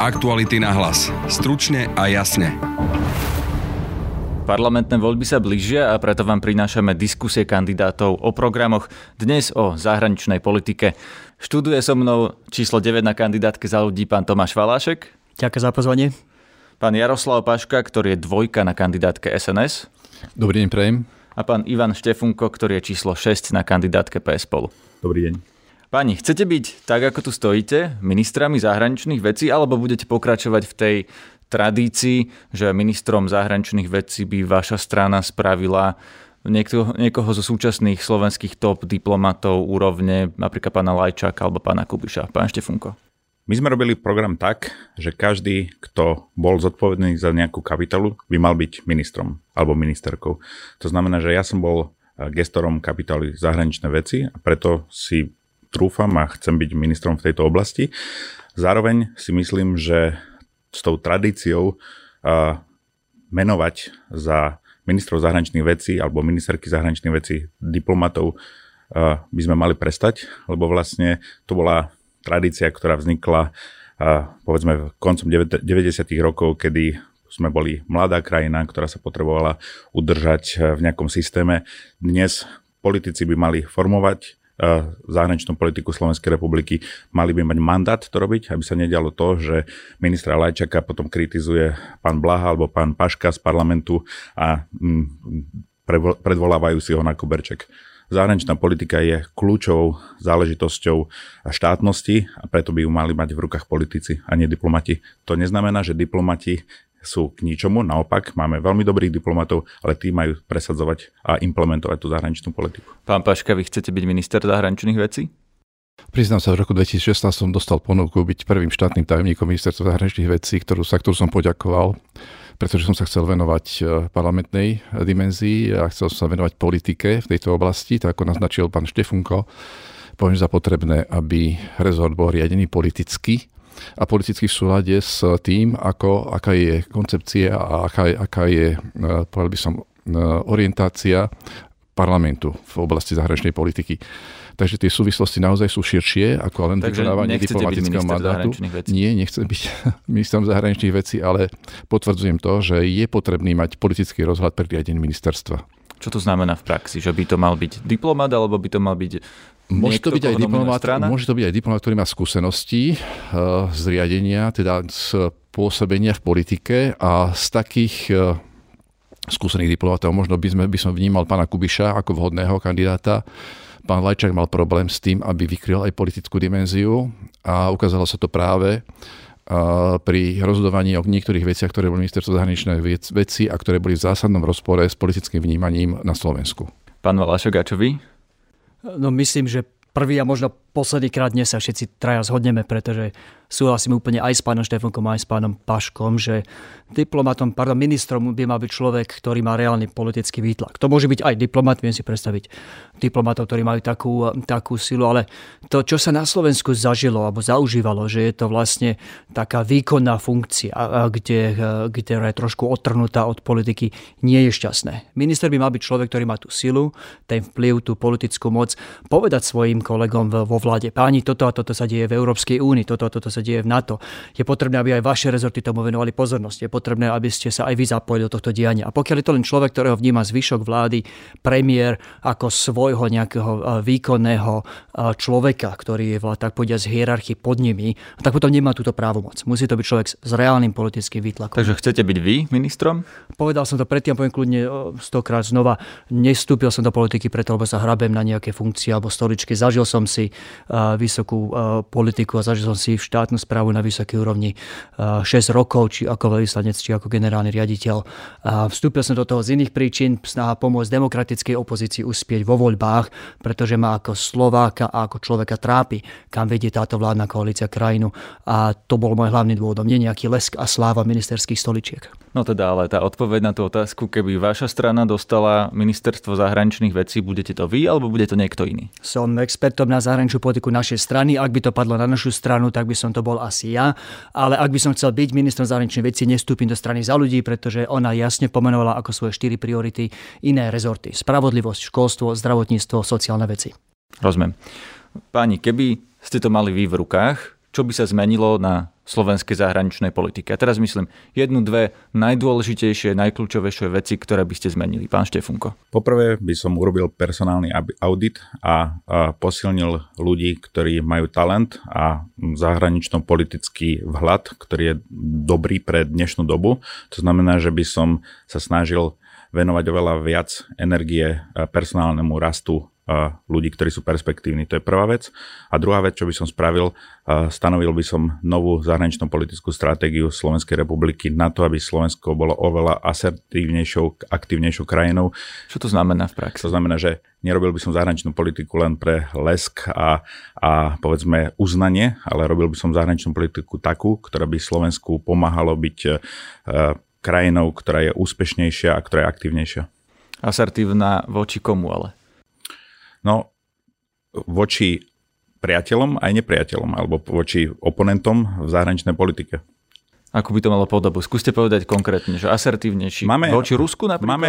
Aktuality na hlas. Stručne a jasne. Parlamentné voľby sa blížia a preto vám prinášame diskusie kandidátov o programoch, dnes o zahraničnej politike. Študuje so mnou číslo 9 na kandidátke Za ľudí pán Tomáš Valášek. Ďakujem za pozvanie. Pán Jaroslav Paška, ktorý je 2 na kandidátke SNS. Dobrý deň, prajem. A pán Ivan Štefunko, ktorý je číslo 6 na kandidátke PS Spolu. Dobrý deň. Páni, chcete byť tak, ako tu stojíte, ministrami zahraničných vecí, alebo budete pokračovať v tej tradícii, že ministrom zahraničných vecí by vaša strana spravila niekoho zo súčasných slovenských top diplomatov úrovne, napríklad pána Lajčáka alebo pána Kubiša? Pán Štefunko. My sme robili program tak, že každý, kto bol zodpovedný za nejakú kapitolu, by mal byť ministrom alebo ministerkou. To znamená, že ja som bol gestorom kapitoly zahraničné veci a preto si trúfam a chcem byť ministrom v tejto oblasti. Zároveň si myslím, že s tou tradíciou menovať za ministrov zahraničných vecí alebo ministerky zahraničných vecí diplomatov by sme mali prestať, lebo vlastne to bola tradícia, ktorá vznikla povedzme koncom 90. rokov, kedy sme boli mladá krajina, ktorá sa potrebovala udržať v nejakom systéme. Dnes politici by mali formovať zahraničnú politiku Slovenskej republiky, mali by mať mandát to robiť, aby sa nedialo to, že ministra Lajčaka potom kritizuje pán Blaha alebo pán Paška z parlamentu a predvolávajú si ho na koberček. Zahraničná politika je kľúčovou záležitosťou štátnosti a preto by ju mali mať v rukách politici a nie diplomati. To neznamená, že diplomati sú k ničomu, naopak máme veľmi dobrých diplomatov, ale tí majú presadzovať a implementovať tú zahraničnú politiku. Pán Paška, vy chcete byť minister zahraničných vecí? Priznám sa, v roku 2016 som dostal ponuku byť prvým štátnym tajomníkom ministerstva zahraničných vecí, ktorú som poďakoval, pretože som sa chcel venovať parlamentnej dimenzii a chcel som sa venovať politike v tejto oblasti, tak ako naznačil pán Štefunko. Považujem za potrebné, aby rezort bol riadený politicky a politicky v súlade s tým, aká je koncepcia a aká je, povedal by som, orientácia parlamentu v oblasti zahraničnej politiky. Takže tie súvislosti naozaj sú širšie ako len vykonávanie diplomatického mandátu. Nie, nechcem byť ministrom zahraničných vecí, ale potvrdzujem to, že je potrebný mať politický rozhľad pri riadení ministerstva. Čo to znamená v praxi? Že by to mal byť diplomat, alebo by to mal byť Môže to byť aj diplomat, ktorý má skúsenosti z riadenia, teda z pôsobenia v politike a z takých skúsených diplomatov možno by som vnímal pána Kubiša ako vhodného kandidáta. Pán Lajčák mal problém s tým, aby vykryl aj politickú dimenziu a ukázalo sa to práve pri rozhodovaní o niektorých veciach, ktoré boli ministerstvo zahraničných vecí a ktoré boli v zásadnom rozpore s politickým vnímaním na Slovensku. Pán Valášek, a čo vy? No myslím, že prvý a možno posledný krát dnes sa všetci traja zhodneme, pretože súhlasím úplne aj s pánom Štefunkom, aj s pánom Paškom, že ministrom by mal byť človek, ktorý má reálny politický výtlak. To môže byť aj diplomat, viem si predstaviť diplomatov, ktorí majú takú silu, ale to, čo sa na Slovensku zažilo alebo zaužívalo, že je to vlastne taká výkonná funkcia, kde je trošku odtrhnutá od politiky, nie je šťastné. Minister by mal byť človek, ktorý má tú silu, ten vplyv, tú politickú moc, povedať svojim kolegom vo vláde: páni, toto a toto sa deje v Európskej únii, toto a toto sa deje v NATO. Je potrebné, aby aj vaše rezorty tomu venovali pozornosť. Je potrebné, aby ste sa aj vy zapojili do tohto diania. A pokiaľ je to len človek, ktorého vníma zvyšok vlády, premiér, ako svojho nejakého výkonného človeka, ktorý je tak povediať z hierarchii pod nimi, tak potom nemá túto právomoc. Musí to byť človek s reálnym politickým výtlakom. Takže chcete byť vy ministrom? Povedal som to predtým, poviem kľudne 100-krát znova. Nestúpil som do politiky preto, lebo sa hrabem na nejaké funkcie alebo stoličky. Zažil som si vysokú politiku a zažil som si štátnu správu na vysokej úrovni 6 rokov, či ako veľvyslanec, či ako generálny riaditeľ. Vstúpil som do toho z iných príčin, snaha pomôcť demokratickej opozícii uspieť vo voľbách, pretože ma ako Slováka a ako človeka trápi, kam vedie táto vládna koalícia krajinu. A to bol môj hlavný dôvod. Nie nejaký lesk a sláva ministerských stoličiek. No teda, ale tá odpoveď na tú otázku, keby vaša strana dostala ministerstvo zahraničných vecí, budete to vy alebo bude to niekto iný? Som expertom na zahraničnú politiku našej strany. Ak by to padlo na našu stranu, tak by som to bol asi ja. Ale ak by som chcel byť ministrom zahraničných vecí, nestúpim do strany Za ľudí, pretože ona jasne pomenovala ako svoje 4 priority iné rezorty: spravodlivosť, školstvo, zdravotníctvo, sociálne veci. Rozumiem. Páni, keby ste to mali vy v rukách, čo by sa zmenilo na slovenskej zahraničnej politike. A teraz myslím jednu, dve najdôležitejšie, najkľúčovejšie veci, ktoré by ste zmenili. Pán Štefunko. Poprvé by som urobil personálny audit a posilnil ľudí, ktorí majú talent a zahranično-politický vhľad, ktorý je dobrý pre dnešnú dobu. To znamená, že by som sa snažil venovať oveľa viac energie personálnemu rastu ľudí, ktorí sú perspektívni. To je prvá vec. A druhá vec, čo by som spravil, stanovil by som novú zahraničnú politickú stratégiu Slovenskej republiky na to, aby Slovensko bolo oveľa asertívnejšou, aktívnejšou krajinou. Čo to znamená v praxi? To znamená, že nerobil by som zahraničnú politiku len pre lesk a povedzme uznanie, ale robil by som zahraničnú politiku takú, ktorá by Slovensku pomáhalo byť krajinou, ktorá je úspešnejšia a ktorá je aktívnejšia. Asertívna voči komu ale? No, voči priateľom aj nepriateľom, alebo voči oponentom v zahraničnej politike. Ako by to malo podobu? Skúste povedať konkrétne, že asertívnejší. Voči Rusku napríklad?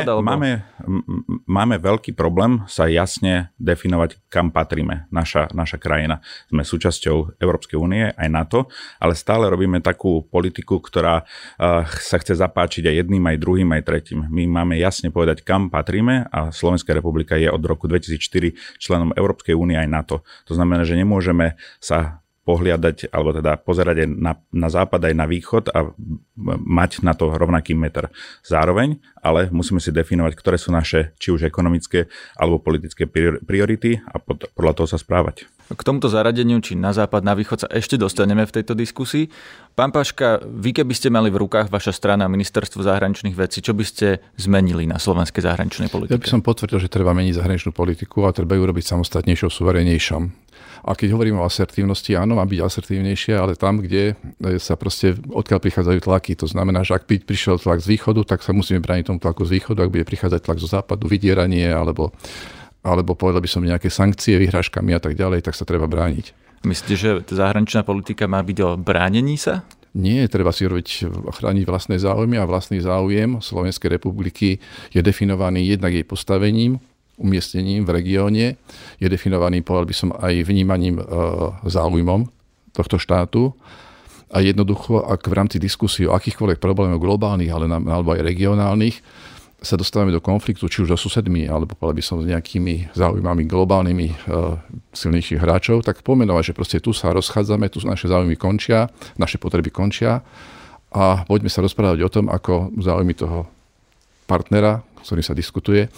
Máme veľký problém sa jasne definovať, kam patríme, naša krajina. Sme súčasťou Európskej únie, aj NATO, ale stále robíme takú politiku, ktorá sa chce zapáčiť aj jedným, aj druhým, aj tretím. My máme jasne povedať, kam patríme a Slovenská republika je od roku 2004 členom Európskej únie aj NATO. To znamená, že nemôžeme sa pohliadať, alebo teda pozerať aj na západ, aj na východ a mať na to rovnaký meter. Zároveň, ale musíme si definovať, ktoré sú naše, či už ekonomické, alebo politické priority a podľa toho sa správať. K tomuto zaradeniu, či na západ, na východ sa ešte dostaneme v tejto diskusii. Pán Paška, vy keby ste mali v rukách vaša strana Ministerstvo zahraničných vecí, čo by ste zmenili na slovenskej zahraničnej politike? Ja by som potvrdil, že treba meniť zahraničnú politiku a treba ju robiť samostatnejšou, suverénejšou. A keď hovoríme o asertívnosti, áno, má byť asertívnejšia, ale tam, kde sa proste, odkiaľ prichádzajú tlaky. To znamená, že ak by prišiel tlak z východu, tak sa musíme brániť tomu tlaku z východu. Ak bude prichádzať tlak zo západu, vydieranie alebo povedal by som nejaké sankcie, vyhrážkami a tak ďalej, tak sa treba brániť. Myslíte, že zahraničná politika má byť o bránení sa? Nie, treba si chrániť vlastné záujmy a vlastný záujem Slovenskej republiky je definovaný jednak jej postavením, umiestnením v regióne, je definovaný, povedal by som, aj vnímaním záujmom tohto štátu. A jednoducho, ak v rámci diskusie o akýchkoľvek problémov globálnych, alebo aj regionálnych, sa dostávame do konfliktu, či už so susedmi, alebo povedal by som s nejakými záujmami globálnymi silnejších hráčov, tak pomenovať, že proste tu sa rozchádzame, tu naše záujmy končia, naše potreby končia a poďme sa rozprávať o tom, ako záujmy toho partnera, s ktorým sa diskutuje,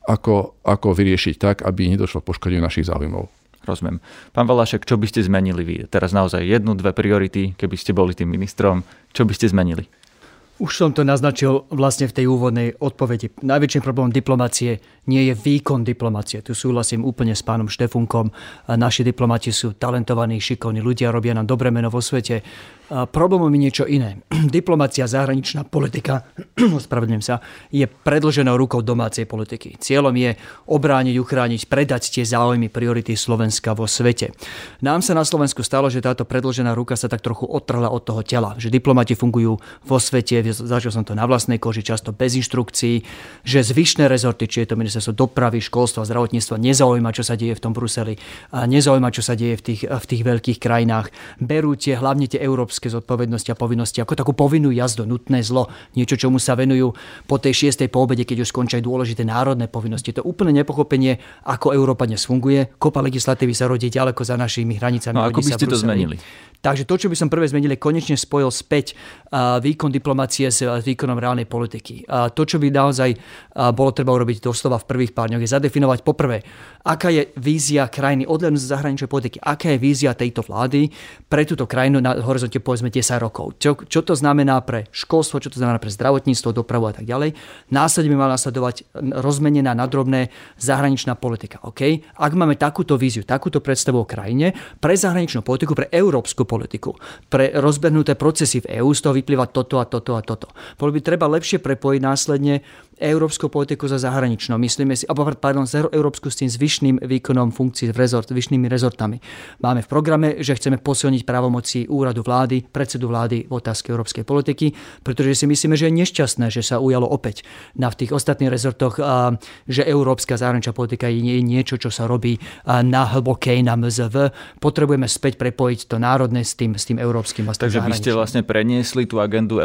ako vyriešiť tak, aby nedošlo k poškodeniu našich záujmov. Rozumiem. Pán Valašek, čo by ste zmenili vy? Teraz naozaj jednu, dve priority, keby ste boli tým ministrom, čo by ste zmenili? Už som to naznačil vlastne v tej úvodnej odpovedi. Najväčším problémom diplomácie nie je výkon diplomácie. Tu súhlasím úplne s pánom Štefunkom. Naši diplomati sú talentovaní, šikovní ľudia, robia nám dobré meno vo svete. Problémom je niečo iné. Diplomácia, zahraničná politika, ospravedlňujem sa, je predĺženou rukou domácej politiky. Cieľom je obrániť, uchrániť, predať tie záujmy, priority Slovenska vo svete. Nám sa na Slovensku stalo, že táto predĺžená ruka sa tak trochu odtrhla od toho tela. Že diplomati fungujú vo svete, zažil som to na vlastnej koži, často bez inštrukcií, že zvyšné rezorty, či je to ministerstvo dopravy, školstva, zdravotníctva, nezaujíma, čo sa deje v tom Bruseli, a nezaujíma, čo sa deje v tých veľkých krajinách. Berú hlavne tie európske zodpovednosti a povinnosti ako takú povinnú jazdu, nutné zlo, niečo, čomu sa venujú po tej 6. po obede, keď už skončia dôležité národné povinnosti. To je úplne nepochopenie, ako Európa dnes funguje. Kopa legislatívy sa rodí ďaleko za našimi hranicami. No ako by ste to zmenili? Takže to, čo by som prvé zmenil, konečne spojil späť výkon diplomácie s výkonom reálnej politiky. To, čo by naozaj bolo treba urobiť doslova v prvých pár dňoch, je zadefinovať poprvé, aká je vízia krajiny odhľadnúť z zahraničnej politiky, aká je vízia tejto vlády pre túto krajinu na horizonte povedzme 10 rokov. Čo to znamená pre školstvo, čo to znamená pre zdravotníctvo, dopravu a tak ďalej. Následne by mala nasledovať rozmenená na drobné zahraničná politika. Okay? Ak máme takúto víziu, takúto predstavu o krajine, pre zahraničnú politiku, pre európsku politiku, pre rozbehnuté procesy v EÚ, z toho vyplýva toto a toto a toto. Bolo by treba lepšie prepojiť následne európsku politiku za zahraničnou. Myslíme si, európsku s tým zvyšným výkonom funkcií zvyšnými rezortami. Máme v programe, že chceme posilniť právomoci úradu vlády, predsedu vlády v otázke európskej politiky, pretože si myslíme, že je nešťastné, že sa ujalo opäť v tých ostatných rezortoch, že európska zahraničná politika je niečo, čo sa robí na hlbokej, na MZV. Potrebujeme späť prepojiť to národné s tým európskym a s tým Takže vy ste vlastne preniesli tú agendu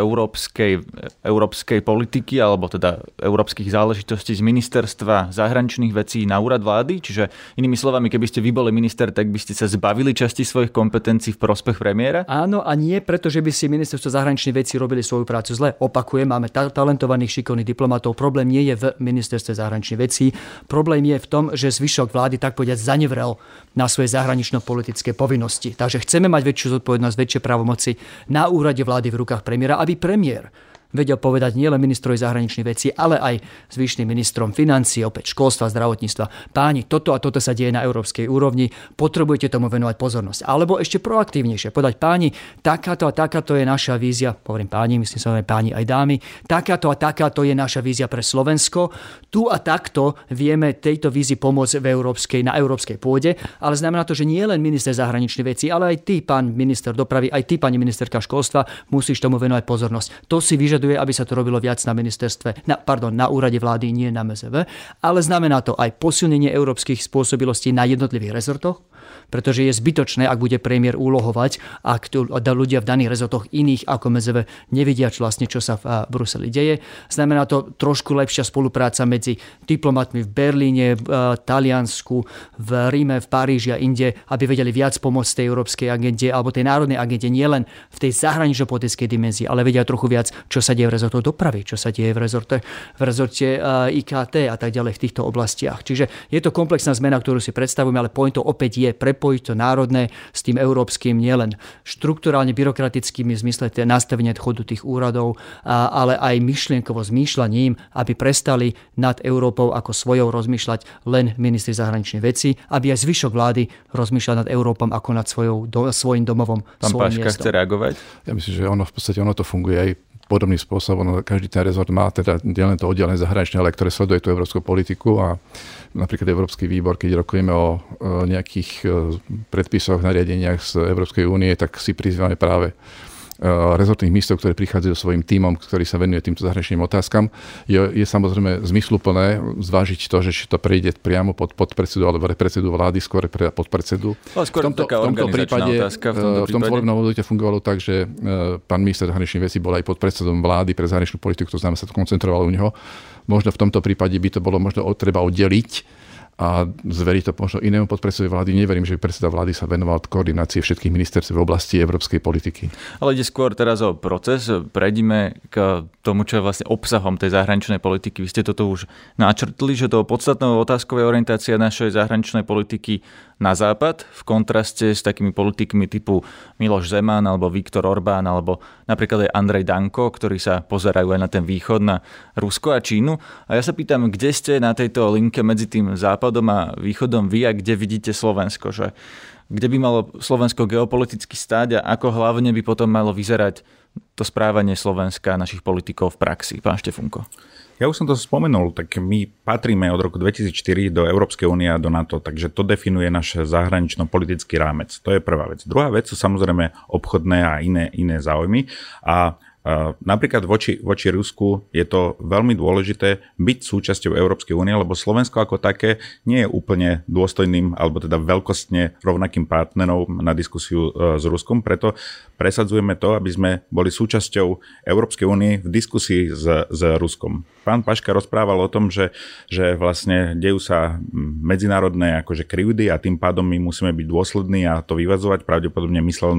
európskej politiky alebo teda európskych záležitostí z ministerstva zahraničných vecí na úrad vlády? Čiže inými slovami, keby ste vy boli minister, tak by ste sa zbavili časti svojich kompetencií v prospech premiéra? Áno, a nie preto, že by si ministerstvo zahraničných vecí robili svoju prácu zle. Opakujem, máme talentovaných, šikovných diplomatov. Problém nie je v ministerstve zahraničných vecí. Problém je v tom, že zvyšok vlády tak povedať zanevrel na svoje zahranično-politické povinnosti. Takže chceme mať väčšiu zodpovednosť, väčšie právomoci na úrade vlády v rukách premiéra, aby premiér vedel povedať nielen ministrovi zahraničných vecí, ale aj zvyšným ministrom financií, opäť školstva, zdravotníctva. Páni, toto a toto sa deje na európskej úrovni, potrebujete tomu venovať pozornosť. Alebo ešte proaktívnejšie, povedať páni, takáto a takáto je naša vízia, hovorím páni, myslím sa, páni aj dámy, takáto a takáto je naša vízia pre Slovensko. Tu a takto vieme tejto vízii pomôcť na európskej pôde, ale znamená to, že nie len minister zahraničných vecí, ale aj ty, pán minister dopravy, aj ty, pani ministerka školstva, musíš tomu venovať pozornosť. To si vyžaduje, aby sa to robilo viac na ministerstve, na úrade vlády, nie na MZV, ale znamená to aj posilnenie európskych spôsobilostí na jednotlivých rezortoch, pretože je zbytočné, ak bude premiér úlohovať, ak ľudia v daných rezortoch iných ako MZV nevidia čo sa v Bruseli deje. Znamená to trošku lepšia spolupráca medzi diplomatmi v Berlíne, v Taliansku, v Ríme, v Paríži a inde, aby vedeli viac pomôcť tej európskej agende alebo tej národnej agende nielen v tej zahranično-politickej dimenzii, ale vedia trochu viac, čo sa deje v rezortoch dopravy, čo sa deje v rezorte IKT a tak ďalej v týchto oblastiach. Čiže je to komplexná zmena, ktorú si predstavujeme, ale pointou opäť je prepojiť to národné s tým európskym, nielen štruktúrálne byrokratickými v zmysle nastavenia chodu tých úradov, ale aj myšlienkovo zmýšľaním, aby prestali nad Európou ako svojou rozmýšľať len ministri zahraničných vecí, aby aj zvyšok vlády rozmýšľal nad Európom ako nad svojím domovom. Pán Paška chce reagovať? Ja myslím, že v podstate to funguje aj podobným spôsobom. Každý ten rezort má teda nielen to oddelené zahraničné, ale ktoré sleduje tú európsku politiku a napríklad Európsky výbor, keď rokujeme o nejakých predpisoch, nariadeniach z Európskej únie, tak si prizývame práve rezortných ministrov, ktorí prichádzajú svojím tímom, ktorý sa venuje týmto zahraničným otázkam. Je samozrejme zmysluplné zvážiť to, že to prejde priamo pod podpredsedu alebo predsedu vlády, skôr pre podpredsedu. V tomto prípade v tomto volebnom období fungovalo tak, že pán minister zahraničných vecí bol aj podpredsedom vlády pre zahraničnú politiku, to znamená, sa to koncentrovalo u neho. Možno v tomto prípade by to bolo možno treba oddeliť a zveriť to možno inému podpredsedovi vlády. Neverím, že by predseda vlády sa venoval koordinácii všetkých ministerstv v oblasti európskej politiky. Ale ide skôr teraz o proces. Prejdime k tomu, čo je vlastne obsahom tej zahraničnej politiky. Vy ste toto už načrtli, že to podstatnou otázkou je orientácia našej zahraničnej politiky na západ, v kontraste s takými politikmi typu Miloš Zeman alebo Viktor Orbán alebo napríklad aj Andrej Danko, ktorí sa pozerajú aj na ten východ, na Rusko a Čínu. A ja sa pýtam, kde ste na tejto linke medzi tým západom a východom vy a kde vidíte Slovensko? Že kde by malo Slovensko geopoliticky stáť a ako hlavne by potom malo vyzerať to správanie Slovenska a našich politikov v praxi? Pán Štefunko. Ja už som to spomenul, tak my patríme od roku 2004 do Európskej únie a do NATO, takže to definuje náš zahranično-politický rámec. To je prvá vec. Druhá vec sú samozrejme obchodné a iné záujmy a napríklad voči Rusku je to veľmi dôležité byť súčasťou Európskej únie, lebo Slovensko ako také nie je úplne dôstojným alebo teda veľkostne rovnakým partnerom na diskusiu s Ruskom, preto presadzujeme to, aby sme boli súčasťou Európskej únie v diskusii s Ruskom. Pán Paška rozprával o tom, že vlastne dejú sa medzinárodné akože krivdy a tým pádom my musíme byť dôslední a to vyvadzovať. Pravdepodobne myslel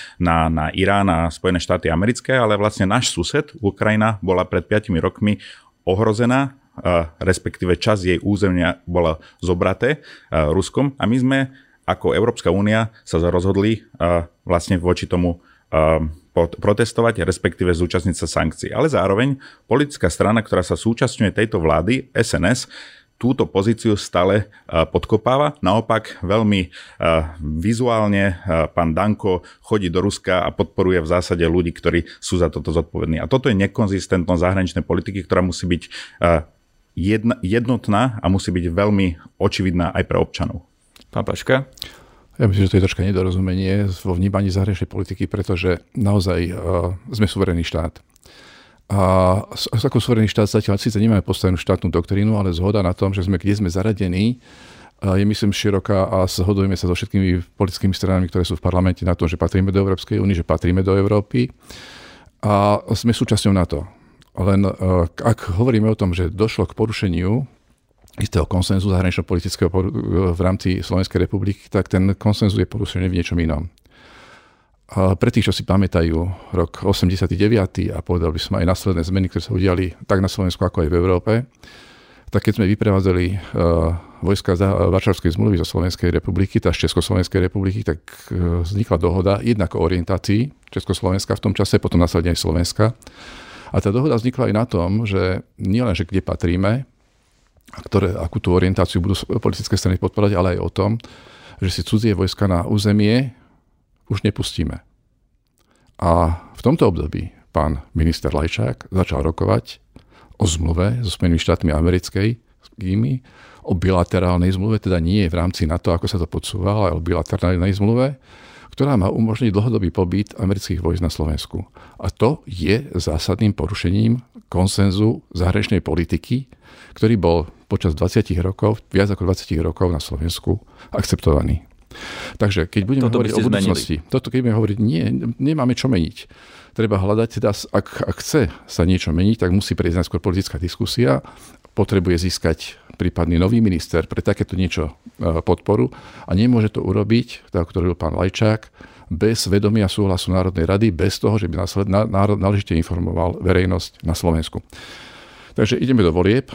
na Irán a Spojené štáty americké, ale vlastne náš sused, Ukrajina, bola pred 5 rokmi ohrozená, respektíve časť jej územia bola zobraté Ruskom a my sme ako Európska únia sa rozhodli vlastne voči tomu protestovať, respektíve zúčastniť sa sankcií. Ale zároveň politická strana, ktorá sa súčasňuje tejto vlády, SNS, túto pozíciu stále podkopáva. Naopak veľmi vizuálne pán Danko chodí do Ruska a podporuje v zásade ľudí, ktorí sú za toto zodpovední. A toto je nekonzistentnosť zahraničnej politiky, ktorá musí byť jednotná a musí byť veľmi očividná aj pre občanov. Pán Paška? Ja myslím, že to je troška nedorozumenie vo vnímaní zahraničnej politiky, pretože naozaj sme suverénny štát. A ako suverénny štát zatiaľ síce nemáme postavenú štátnu doktrínu, ale zhoda na tom, že kde sme zaradení, je myslím široká a zhodujeme sa so všetkými politickými stranami, ktoré sú v parlamente na tom, že patríme do Európskej únie, že patríme do Európy a sme súčasťou NATO. Len ak hovoríme o tom, že došlo k porušeniu istého konsenzu zahranično-politického v rámci Slovenskej republiky, tak ten konsenzus je porušený v niečom inom. A pre tých, čo si pamätajú rok 89. a povedal by som aj následné zmeny, ktoré sa udiali tak na Slovensku, ako aj v Európe, tak keď sme vyprevádzali vojska Varšavskej zmluvy zo Slovenskej republiky, tá z Československej republiky, tak vznikla dohoda jednak o orientácii Československa v tom čase, potom následne aj Slovenska. A tá dohoda vznikla aj na tom, že nielen, že kde patríme, akú tú orientáciu budú politické strany podporovať, ale aj o tom, že si cudzie vojska na územie už nepustíme. A v tomto období pán minister Lajčák začal rokovať o zmluve so Spojenými štátmi americkými, o bilaterálnej zmluve, teda nie v rámci NATO, ako sa to podsúva, ale o bilaterálnej zmluve, ktorá má umožniť dlhodobý pobyt amerických vojsk na Slovensku. A to je zásadným porušením konsenzu zahraničnej politiky, ktorý bol počas 20 rokov, viac ako 20 rokov na Slovensku akceptovaný. Takže keď budeme hovoriť o budúcnosti, keď budeme hovoriť, nemáme čo meniť. Treba hľadať, teda, ak chce sa niečo meniť, tak musí prejsť najskôr politická diskusia, potrebuje získať prípadný nový minister pre takéto niečo podporu a nemôže to urobiť, tak ako to robil pán Lajčák, bez vedomia súhlasu Národnej rady, bez toho, že by náležite informoval verejnosť na Slovensku. Takže ideme do volieb.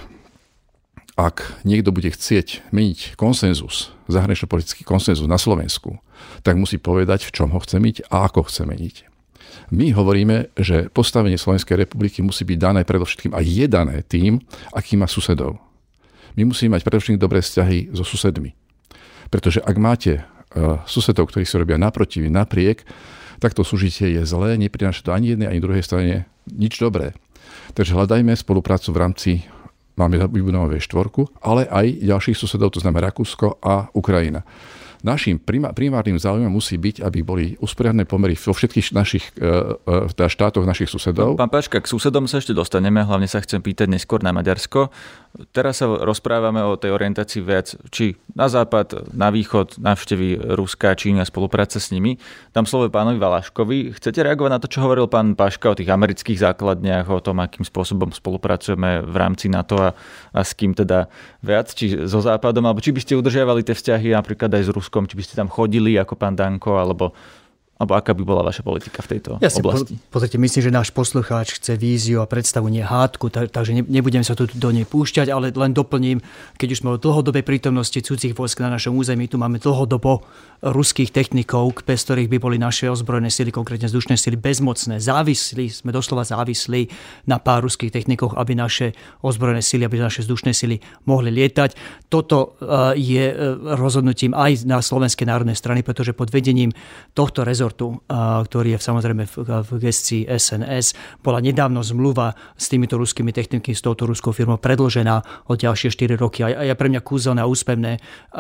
Ak niekto bude chcieť meniť konsenzus, zahranično-politický konsenzus na Slovensku, tak musí povedať, v čom ho chce meniť a ako chce meniť. My hovoríme, že postavenie Slovenskej republiky musí byť dané predovšetkým a je dané tým, aký má susedov. My musíme mať predovšetkým dobré vzťahy so susedmi. Pretože ak máte susedov, ktorí si robia napriek, tak to súžitie je zlé, neprináša to ani jednej, ani druhej strane nič dobré. Takže hľadajme spoluprácu v rámci, máme vybudovanú V4, ale aj ďalších susedov, to znamená Rakúsko a Ukrajina. Naším primárnym záujmom musí byť, aby boli usporiadané pomery vo všetkých našich štátoch našich susedov. Pán Paška, k susedom sa ešte dostaneme, hlavne sa chcem pýtať neskôr na Maďarsko. Teraz sa rozprávame o tej orientácii viac, či na západ, na východ, návštevy Ruska, Číny a spolupráca s nimi. Dám slovo pánovi Valaškovi. Chcete reagovať na to, čo hovoril pán Paška o tých amerických základniach, o tom, akým spôsobom spolupracujeme v rámci NATO a s kým teda viac, či so západom, alebo či by ste udržiavali tie vzťahy napríklad aj s Ruskom, či by ste tam chodili ako pán Danko, alebo aká by bola vaša politika v tejto oblasti? Pozrite, myslím, že náš poslucháč chce víziu a predstavu, nie hádku, takže nebudem sa tu do nej púšťať, ale len doplním, keď už sme o dlhodobej prítomnosti cudzích vojsk na našom území, tu máme dlhodobo ruských technikov, bez ktorých by boli naše ozbrojené sily, konkrétne vzdušné sily, bezmocné. Sme doslova závislí na pár ruských technikov, aby naše ozbrojené sily, aby naše vzdušné sily mohli lietať. Toto je rozhodnutím aj na Slovenskej národnej strany, pretože pod vedením tohto rezortu, ktorý je samozrejme v gestii SNS, bola nedávno zmluva s týmito ruskými technikmi, s touto ruskou firmou predĺžená o ďalšie 4 roky. A je pre mňa kúzelné a úspevné,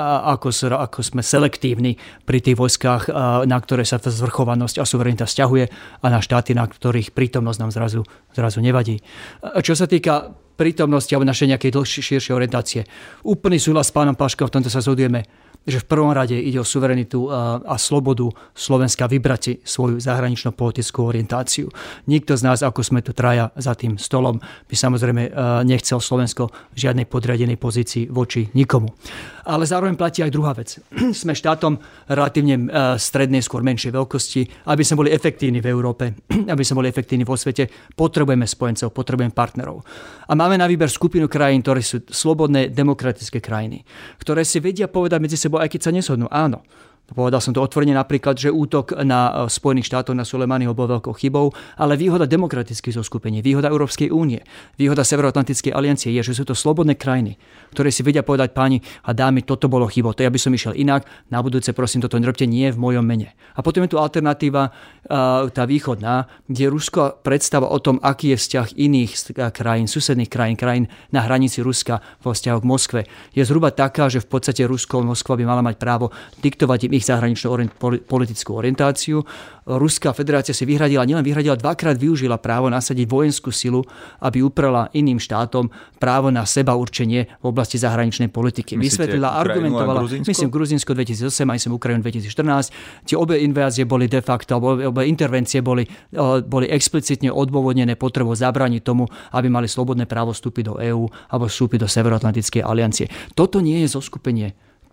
ako sme selektívni pri tých vojskách, na ktoré sa zvrchovanosť a suverenita vzťahuje, a na štáty, na ktorých prítomnosť nám zrazu nevadí. Čo sa týka prítomnosti alebo našej nejakej širšej orientácie, úplný súhlas s pánom Paškom, v tomto sa zhodujeme, že v prvom rade ide o suverenitu a slobodu Slovenska vybrať si svoju zahranično-politickú orientáciu. Nikto z nás, ako sme tu traja za tým stolom, by samozrejme nechcel Slovensko v žiadnej podriadenej pozícii voči nikomu. Ale zároveň platí aj druhá vec. Sme štátom relatívne strednej, skôr menšej veľkosti. Aby sme boli efektívni v Európe, aby sme boli efektívni vo svete, potrebujeme spojencov, potrebujeme partnerov. A máme na výber skupinu krajín, ktoré sú slobodné, demokratické krajiny, ktoré si vedia povedať medzi sebou, aj keď sa neshodnú. Áno, Povedal som to otvorene napríklad, že útok na Spojených štátov na Sulejmányho bol veľkou chybou, ale výhoda demokratických zoskupení, výhoda Európskej únie, výhoda Severoatlantickej aliancie je, že sú to slobodné krajiny, ktoré si vedia povedať páni a dámy, toto bolo chybou, to ja by som išiel inak, na budúce prosím, toto nerobte, nie v mojom mene. A potom je tu alternatíva, tá východná, kde Rusko predstava o tom, aký je vzťah iných krajín, susedných krajín na hranici Ruska vo vzťahu k Moskve, je zhruba taká, že v podstate Rusko, Moskva by mala mať právo diktovať im ich zahraničnú politickú orientáciu. Ruská federácia si nielen vyhradila, dvakrát využila právo nasadiť vojenskú silu, aby uprela iným štátom právo na seba určenie v oblasti zahraničnej politiky. Vysvetlila, argumentovala, myslím Gruzínsko 2008, aj som Ukrajinu 2014. Tie obe invázie boli de facto, obe intervencie boli explicitne odôvodnené potrebou zabrániť tomu, aby mali slobodné právo vstúpiť do EÚ alebo vstúpiť do Severoatlantickej aliancie. Toto nie je zoskupenie,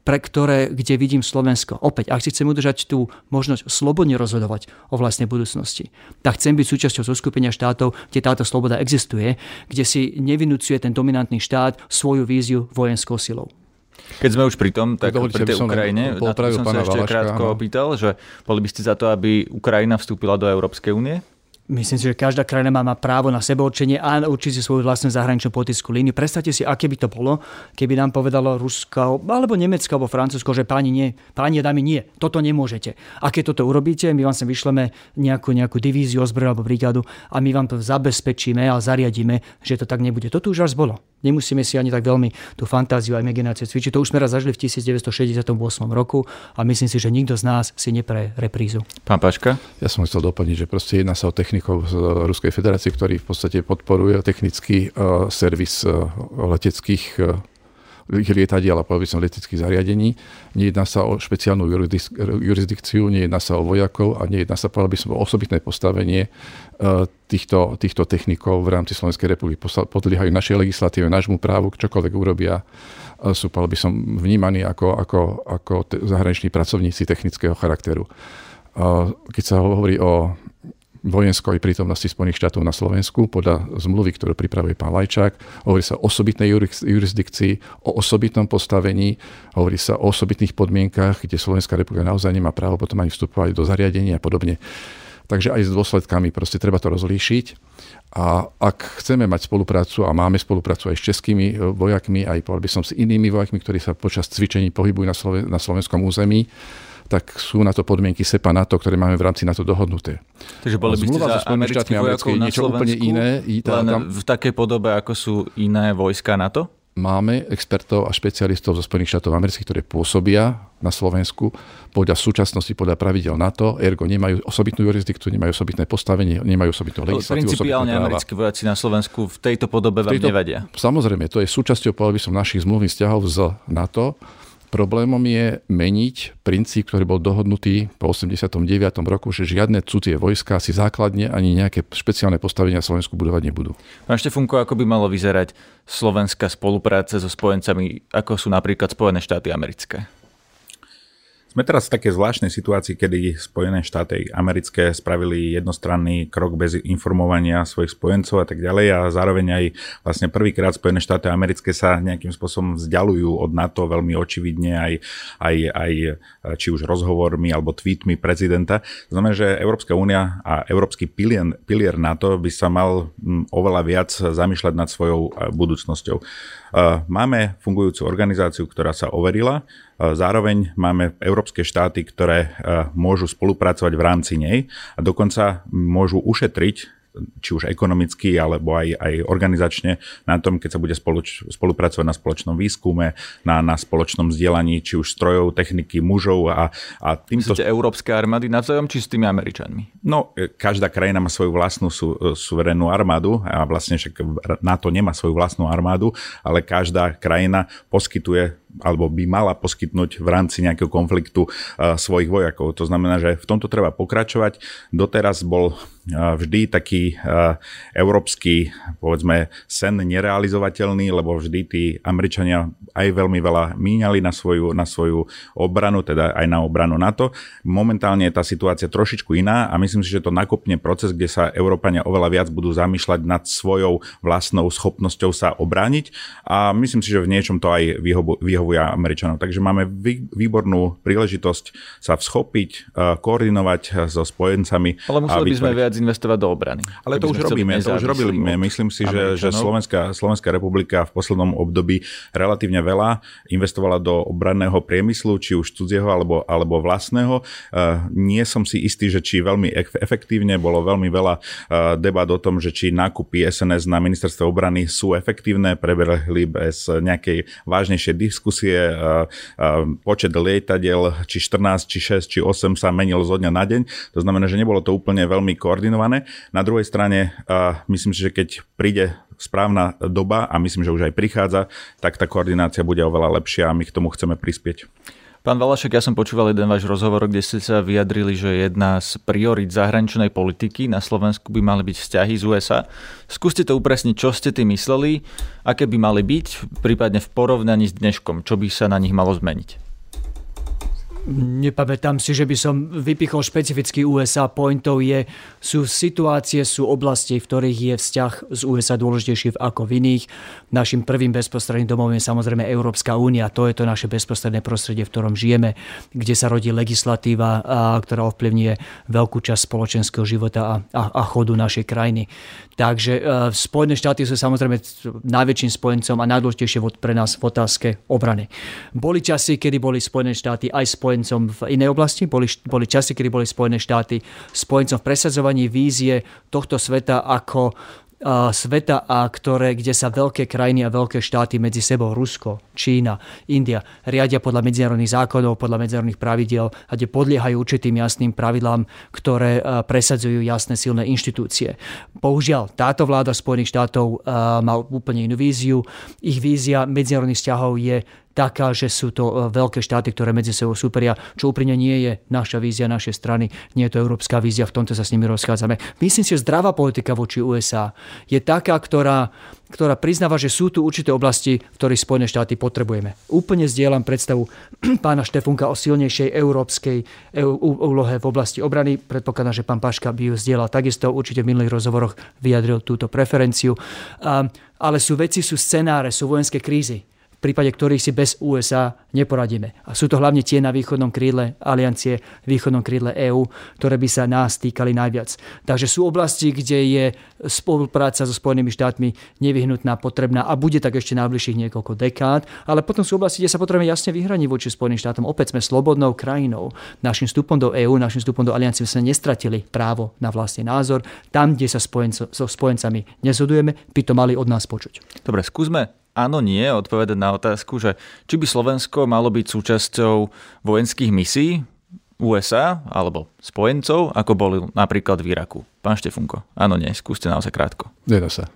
kde vidím Slovensko. Opäť, ak si chcem udržať tú možnosť slobodne rozhodovať o vlastnej budúcnosti, tak chcem byť súčasťou zoskupenia štátov, kde táto sloboda existuje, kde si nevinúcuje ten dominantný štát svoju víziu vojenskou silou. Keď sme už pri tom, tak pri tej Ukrajine, na to som sa ešte krátko opýtal, že boli by ste za to, aby Ukrajina vstúpila do Európskej únie? Myslím si, že každá krajina má právo na sebaurčenie a určiť si svoju vlastnú zahraničnú politickú líniu. Predstavte si, aké by to bolo, keby nám povedalo Rusko, alebo Nemecko, alebo Francúzsko, že páni a dámy nie, toto nemôžete. A keď toto urobíte, my vám sem vyšleme nejakú divíziu, ozbroju alebo brigádu a my vám to zabezpečíme a zariadíme, že to tak nebude. Toto už raz bolo. Nemusíme si ani tak veľmi tú fantáziu a imagináciu cvičiť. To už sme raz zažili v 1968 roku a myslím si, že nikto z nás si nepre reprízu. Pán Paška? Ja som chcel doplniť, že proste jedná sa o technikov z Ruskej federácie, ktorí v podstate podporuje technický servis leteckých lietadiel a povedal by som leteckých zariadení. Nejedná sa o špeciálnu jurisdikciu, nejedná sa o vojakov a nejedná sa, povedal by som, o osobitné postavenie týchto technikov v rámci Slovenskej republiky. Podliehajú našej legislatíve, nášmu právu, čokoľvek urobia, sú, povedal by som, vnímaní ako zahraniční pracovníci technického charakteru. Keď sa hovorí o vojenskej prítomnosti Spojených štátov na Slovensku podľa zmluvy, ktorú pripravuje pán Lajčák. Hovorí sa o osobitnej jurisdikcii, o osobitnom postavení, hovorí sa o osobitných podmienkach, kde Slovenská republika naozaj nemá právo potom ani vstupovať do zariadenia a podobne. Takže aj s dôsledkami proste treba to rozlíšiť. A ak chceme mať spoluprácu a máme spoluprácu aj s českými vojakmi, aj povedal by som s inými vojakmi, ktorí sa počas cvičení pohybujú na slovenskom území, tak sú na to podmienky SEPA NATO, ktoré máme v rámci NATO dohodnuté. Takže boli by ste za amerických vojakov na Slovensku úplne iné, len v takej podobe, ako sú iné vojska NATO? Máme expertov a špecialistov zo Spojených štátov amerických, ktorí pôsobia na Slovensku podľa súčasnosti, podľa pravidel NATO, ergo nemajú osobitnú jurisdikciu, nemajú osobitné postavenie, nemajú osobitnú legislatívu. Principiálne americkí vojaci na Slovensku v tejto podobe vám nevedia. Samozrejme, to je súčasťou, povedal by som, našich zmluvných vzťahov z NATO. Problémom je meniť princíp, ktorý bol dohodnutý po 89. roku, že žiadne cudzie vojska si základne ani nejaké špeciálne postavenia Slovensku budovať nebudú. Pán Štefunko, ako by malo vyzerať slovenská spolupráca so spojencami, ako sú napríklad Spojené štáty americké? Sme teraz v takej zvláštnej situácii, kedy Spojené štáty americké spravili jednostranný krok bez informovania svojich spojencov a tak ďalej a zároveň aj vlastne prvýkrát Spojené štáty americké sa nejakým spôsobom vzdialujú od NATO veľmi očividne aj či už rozhovormi alebo tweetmi prezidenta. Znamená, že Európska únia a európsky pilier NATO by sa mal oveľa viac zamýšľať nad svojou budúcnosťou. Máme fungujúcu organizáciu, ktorá sa overila. Zároveň máme európske štáty, ktoré môžu spolupracovať v rámci nej a dokonca môžu ušetriť či už ekonomicky, alebo aj organizačne na tom, keď sa bude spolupracovať na spoločnom výskume, na spoločnom vzdielaní, či už strojov, techniky, mužov a týmto... Myslíte európske armády navzájom, či s tými Američanmi? No, každá krajina má svoju vlastnú suverénnu armádu a vlastne však NATO nemá svoju vlastnú armádu, ale každá krajina poskytuje alebo by mala poskytnúť v rámci nejakého konfliktu svojich vojakov. To znamená, že v tomto treba pokračovať. Doteraz bol vždy taký európsky, povedzme, sen nerealizovateľný, lebo vždy tí Američania aj veľmi veľa míňali na svoju obranu, teda aj na obranu NATO. Momentálne je tá situácia trošičku iná a myslím si, že to nakopne proces, kde sa Európania oveľa viac budú zamýšľať nad svojou vlastnou schopnosťou sa obrániť a myslím si, že v niečom to aj vyhovuje nevyhovuje Američanov. Takže máme výbornú príležitosť sa vzchopiť, koordinovať so spojencami. Ale museli by sme viac investovať do obrany. Ale to už robíme. Myslím si, že Slovenská republika v poslednom období relatívne veľa investovala do obranného priemyslu, či už cudzieho alebo vlastného. Nie som si istý, že či veľmi efektívne, bolo veľmi veľa debát o tom, že či nákupy SNS na ministerstve obrany sú efektívne, prebehli bez nejakej vážnejšej diskusie. Počet lietadiel, či 14, či 6, či 8 sa menil zo dňa na deň. To znamená, že nebolo to úplne veľmi koordinované. Na druhej strane, myslím si, že keď príde správna doba, a myslím, že už aj prichádza, tak tá koordinácia bude oveľa lepšia a my k tomu chceme prispieť. Pán Valašek, ja som počúval jeden váš rozhovor, kde ste sa vyjadrili, že jedna z priorít zahraničnej politiky na Slovensku by mali byť vzťahy z USA. Skúste to upresniť, čo ste tým mysleli, aké by mali byť, prípadne v porovnaní s dneškom, čo by sa na nich malo zmeniť. Nepamätám si, že by som vypichol špecificky USA. Pointov sú situácie, sú oblasti, v ktorých je vzťah z USA dôležitejší ako v iných. Našim prvým bezprostredným domovom je samozrejme Európska únia. To je to naše bezprostredné prostredie, v ktorom žijeme, kde sa rodí legislatíva, ktorá ovplyvňuje veľkú časť spoločenského života a chodu našej krajiny. Takže Spojené štáty sú samozrejme najväčším spojencom a najdôležitejšie pre nás v otázke obrany. Boli časy, kedy boli Spojené štáty aj spojencom v inej oblasti. Boli časy, kedy boli Spojené štáty spojencom v presadzovaní vízie tohto sveta ako sveta, kde sa veľké krajiny a veľké štáty medzi sebou, Rusko, Čína, India, riadia podľa medzinárodných zákonov, podľa medzinárodných pravidiel a kde podliehajú určitým jasným pravidlám, ktoré presadzujú jasné silné inštitúcie. Bohužiaľ, táto vláda Spojených štátov má úplne inú víziu. Ich vízia medzinárodných vzťahov je taká, že sú to veľké štáty, ktoré medzi sebou súperia, čo úprimne nie je naša vízia našej strany, nie je to európska vízia, v tomto sa s nimi rozchádzame. Myslím si, že zdravá politika voči USA je taká, ktorá priznáva, že sú tu určité oblasti, v ktorých Spojené štáty potrebujeme. Úplne zdieľam predstavu pána Štefunka o silnejšej európskej úlohe v oblasti obrany. Predpokladám, že pán Paška by ju zdieľal takisto, určite v minulých rozhovoroch vyjadril túto preferenciu. Ale sú scenáre, sú vojenské krízy, v prípade ktorých si bez USA neporadíme. A sú to hlavne tie na východnom krídle aliancie, východnom krídle EÚ, ktoré by sa nás týkali najviac. Takže sú oblasti, kde je spolupráca so Spojenými štátmi nevyhnutná, potrebná a bude tak ešte najbližších niekoľko dekád, ale potom sú oblasti, kde sa potrebujeme jasne vyhraniť voči Spojeným štátom. Opäť sme slobodnou krajinou. Našim vstupom do EÚ, našim vstupom do aliancie sme nestratili právo na vlastný názor. Tam, kde sa so spojencami nezhodujeme, by to mali od nás počuť. Dobre, skúsme áno, nie, odpovedať na otázku, že či by Slovensko malo byť súčasťou vojenských misií USA alebo spojencov, ako boli napríklad v Iraku. Pán Štefunko, áno, nie, skúste naozaj krátko. Nedá sa.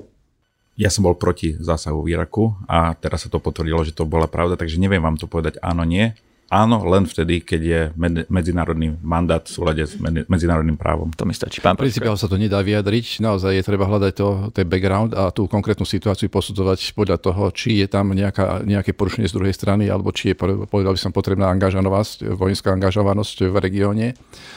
Ja som bol proti zásahu v Iraku a teraz sa to potvrdilo, že to bola pravda, takže neviem vám to povedať áno, nie. Áno, len vtedy, keď je medzinárodný mandát v súlade s medzinárodným právom. To mi stačí. Pán Paška. Sa to nedá vyjadriť. Naozaj je treba hľadať ten background a tú konkrétnu situáciu posudzovať podľa toho, či je tam nejaké porušenie z druhej strany, alebo či je, povedal by som, potrebná vojenská angažovanosť v regióne.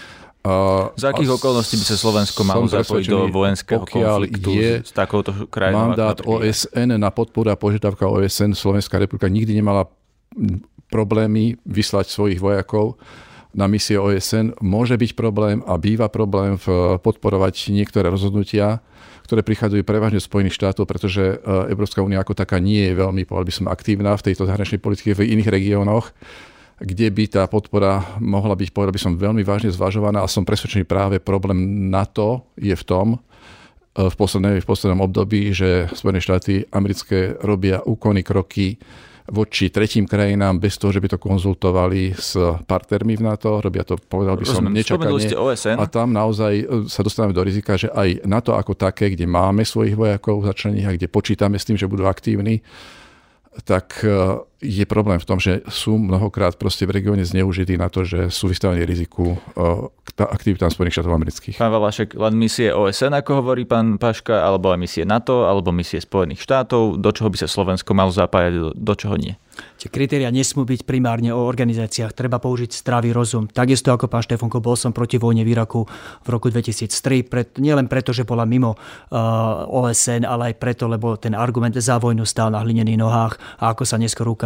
Za akých okolností by sa Slovensko malo zapojiť do vojenského konfliktu s takouto krajinou? Mandát OSN na podporu a požiadavka OSN Slovenská republika nikdy nemala problémy vyslať svojich vojakov na misie OSN. Môže byť problém a býva problém podporovať niektoré rozhodnutia, ktoré prichádzajú prevažne z Spojených štátov, pretože Európska únia ako taká nie je veľmi, povedal by som, aktívna v tejto zahraničnej politike v iných regiónoch, kde by tá podpora mohla byť, povedal by som, veľmi vážne zvažovaná a som presvedčený práve problém NATO je v tom, v poslednom období, že Spojené štáty americké robia úkony, kroky voči tretím krajinám bez toho, že by to konzultovali s partnermi v NATO. Robia to, povedal by som, nečakane. A tam naozaj sa dostávame do rizika, že aj NATO ako také, kde máme svojich vojakov začlených a kde počítame s tým, že budú aktívni, tak je problém v tom, že sú mnohokrát proste v regióne zneužití na to, že sú vystavení riziku aktivitám Spojených štátov amerických. Pán Valašek, len misie OSN, ako hovorí pán Paška, alebo aj misie NATO, alebo misie Spojených štátov, do čoho by sa Slovensko malo zapájať, do čoho nie? Tie kritériá nesmú byť primárne o organizáciách, treba použiť zdravý rozum. Takisto ako pán Štefunko, bol som proti vojne v Iraku v roku 2003, nielen preto, že bola mimo OSN, ale aj preto, lebo ten argument za vojnu stál na hlinených nohách a ako sa neskôr ukázalo,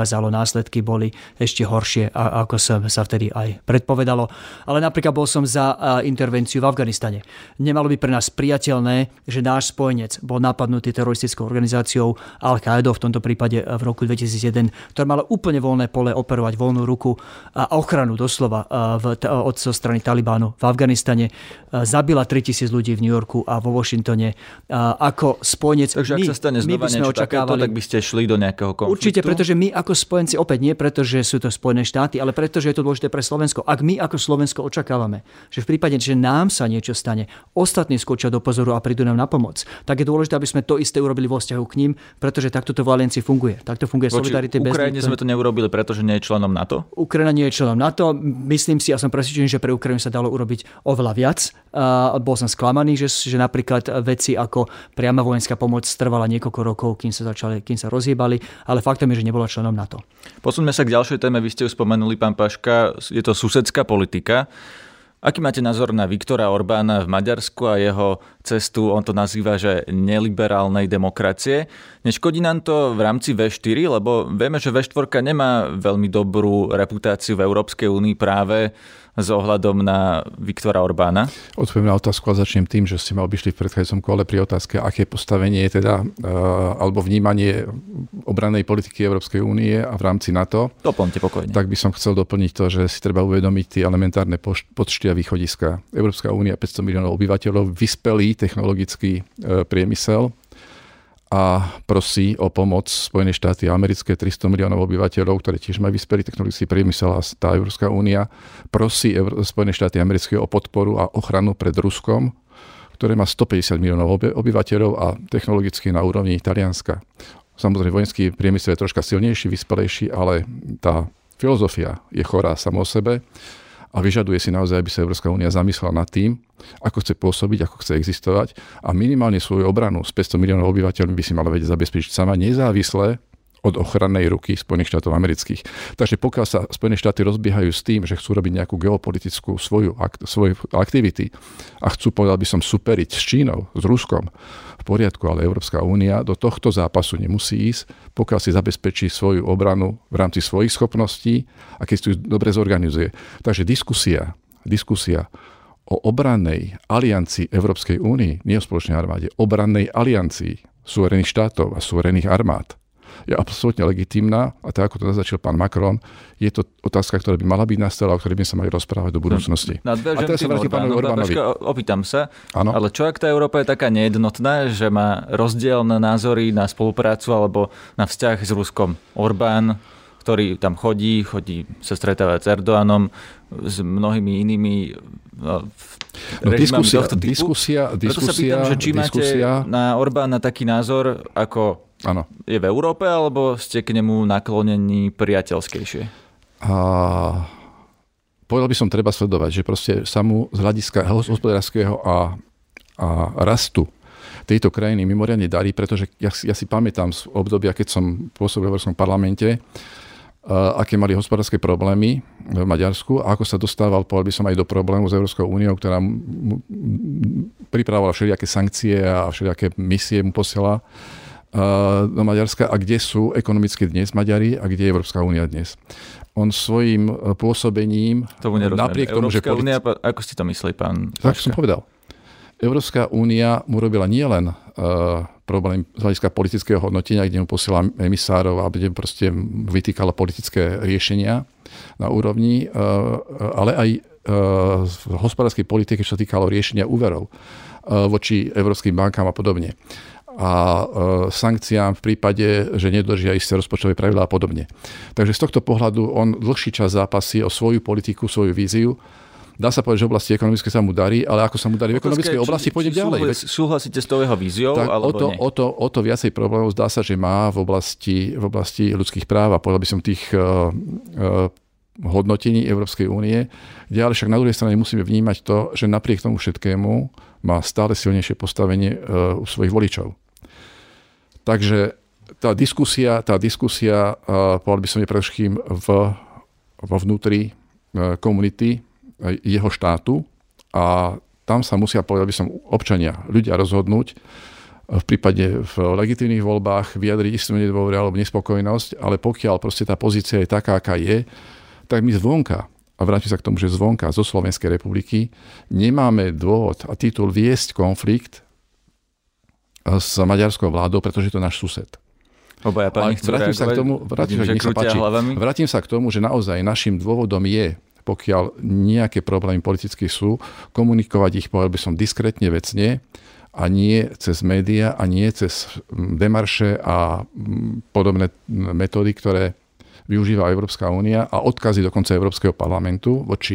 ukázalo, následky boli ešte horšie, ako sa vtedy aj predpovedalo. Ale napríklad bol som za intervenciu v Afganistane. Nemalo by pre nás priateľné, že náš spojenec bol napadnutý teroristickou organizáciou Al-Qaidou, v tomto prípade v roku 2001, ktorá mala úplne voľné pole operovať, voľnú ruku a ochranu doslova zo strany Talibánu v Afganistane. Zabila 3000 ľudí v New Yorku a vo Washingtone. Ako spojenec, takže ak sa stane znova niečo takéto, tak by ste šli do nejakého konfliktu? Určite, pretože my ako spojenci, opäť nie preto, že sú to Spojené štáty, ale preto, že je to dôležité pre Slovensko. Ak my ako Slovensko očakávame, že v prípade, že nám sa niečo stane, ostatní skočia do pozoru a prídu nám na pomoc, tak je dôležité, aby sme to isté urobili vo vzťahu k ním, pretože takto to v aliancii funguje. Takto funguje solidarita bez Ukrajine sme to neurobili, pretože nie je členom NATO? Ukrajina nie je členom NATO. Myslím si, ja som presvedčený, že pre Ukrajinu sa dalo urobiť oveľa viac. Bol som sklamaný, že napríklad veci ako priama vojenská pomoc trvala niekoľko rokov, kým sa rozhýbali, ale faktom je, že nebola členom NATO. Posuňme sa k ďalšej téme. Vy ste ju spomenuli, pán Paška, je to susedská politika. Aký máte názor na Viktora Orbána v Maďarsku a jeho cestu, on to nazýva, že neliberálnej demokracie? Neškodí nám to v rámci V4, lebo vieme, že V4 nemá veľmi dobrú reputáciu v Európskej únii práve s ohľadom na Viktora Orbána? Odpoviem na otázku a začnem tým, že ste ma obišli v predchádzajúcom kole pri otázke, aké postavenie teda, alebo vnímanie obrannej politiky Európskej únie a v rámci NATO. Doplňte pokojne. Tak by som chcel doplniť to, že si treba uvedomiť tie elementárne počty a východiska. Európska únia, 500 miliónov obyvateľov, vyspelý technologický priemysel, a prosí o pomoc Spojené štáty americké, 300 miliónov obyvateľov, ktoré tiež majú vyspelý technologický priemysel, a tá Európska únia prosí Spojené štáty americké o podporu a ochranu pred Ruskom, ktoré má 150 miliónov obyvateľov a technologicky na úrovni Talianska. Samozrejme, vojenský priemysel je troška silnejší, vyspelejší, ale tá filozofia je chorá samo o sebe a vyžaduje si naozaj, aby sa Európska únia zamyslela nad tým, ako chce pôsobiť, ako chce existovať a minimálne svoju obranu z 500 miliónov obyvateľov by si mala vedieť zabezpečiť sama nezávisle od ochrannej ruky Spojených štátov amerických. Takže pokiaľ sa Spojené štáty rozbiehajú s tým, že chcú robiť nejakú geopolitickú svoju aktivity a chcú, povedal by som, superiť s Čínou, s Ruskom, v poriadku, ale Európska únia do tohto zápasu nemusí ísť, pokiaľ si zabezpečí svoju obranu v rámci svojich schopností a keď si ju dobre zorganizuje. Takže diskusia o obrannej aliancii Európskej únii, nie o spoločnej armáde, obrannej aliancii suverénnych štátov a suverénnych armád je absolútne legitímna a tak, ako to naznačil pán Macron, je to otázka, ktorá by mala byť na stole, o ktorej by sa mali rozprávať do budúcnosti. A teraz sa vrátim pánovi Orbánovi. Opýtam sa, ano? Ale čo ak tá Európa je taká nejednotná, že má rozdielne názory na spoluprácu alebo na vzťah s Ruskom? Orbán, ktorý tam chodí sa stretávať s Erdoganom, s mnohými inými režimami tohto typu. Preto sa pýtam, že či máte na Orbána taký názor, ako ano. Je v Európe, alebo ste k nemu naklonení priateľskejšie? Povedal by som, treba sledovať, že proste sa mu z hľadiska hospodárskeho a rastu tejto krajiny mimoriadne darí, pretože ja si pamätám z obdobia, keď som pôsobil v Európskom parlamente, aké mali hospodárske problémy v Maďarsku a ako sa dostával, povedal by som, aj do problému s Európskou úniou, ktorá pripravovala všelijaké sankcie a všelijaké misie mu posiela do Maďarska a kde sú ekonomicky dnes Maďari a kde je Európska únia dnes. On svojím pôsobením napriek tomu, že... Európska únia, ako ste to mysleli, pán Paška? Tak som povedal. Európska únia mu robila nielen problém z hľadiska politického hodnotenia, kde mu posiela emisárov a kde proste vytýkala politické riešenia na úrovni, ale aj v hospodárskej politike, čo sa týkalo riešenia úverov voči európskym bankám a podobne. A sankciám v prípade, že nedržia isté rozpočtové pravidlá a podobne. Takže z tohto pohľadu on dlhší čas zápasí o svoju politiku, svoju víziu. Dá sa povedať, že v oblasti ekonomické sa mu darí, ale ako sa mu darí v ekonomickej oblasti, pôjdem ďalej. Súhlasíte s tou jeho víziou, tak alebo nie? O to viacej problémov zdá sa, že má v oblasti ľudských práv a povedal by som tých hodnotení Európskej únie, kde ale však na druhej strane musíme vnímať to, že napriek tomu všetkému má stále silnejšie postavenie u svojich voličov. Takže tá diskusia, povedal by som, je predovšetkým vo vnútri komunity jeho štátu a tam sa musia, povedal by som, ľudia rozhodnúť, v prípade v legitímnych voľbách vyjadriť istú nedôveru alebo nespokojnosť, ale pokiaľ proste tá pozícia je taká, aká je, tak my zvonka, a vrátim sa k tomu, že zvonka, zo Slovenskej republiky, nemáme dôvod a titul viesť konflikt s maďarskou vládou, pretože je to náš sused. Obaja páni chcú reagovať. Vrátim sa k tomu, že naozaj našim dôvodom je, pokiaľ nejaké problémy politické sú, komunikovať ich, povedal by som, diskrétne, vecne, a nie cez médiá a nie cez demarše a podobné metódy, ktoré využíva Európska únia a odkazy dokonca Európskeho parlamentu voči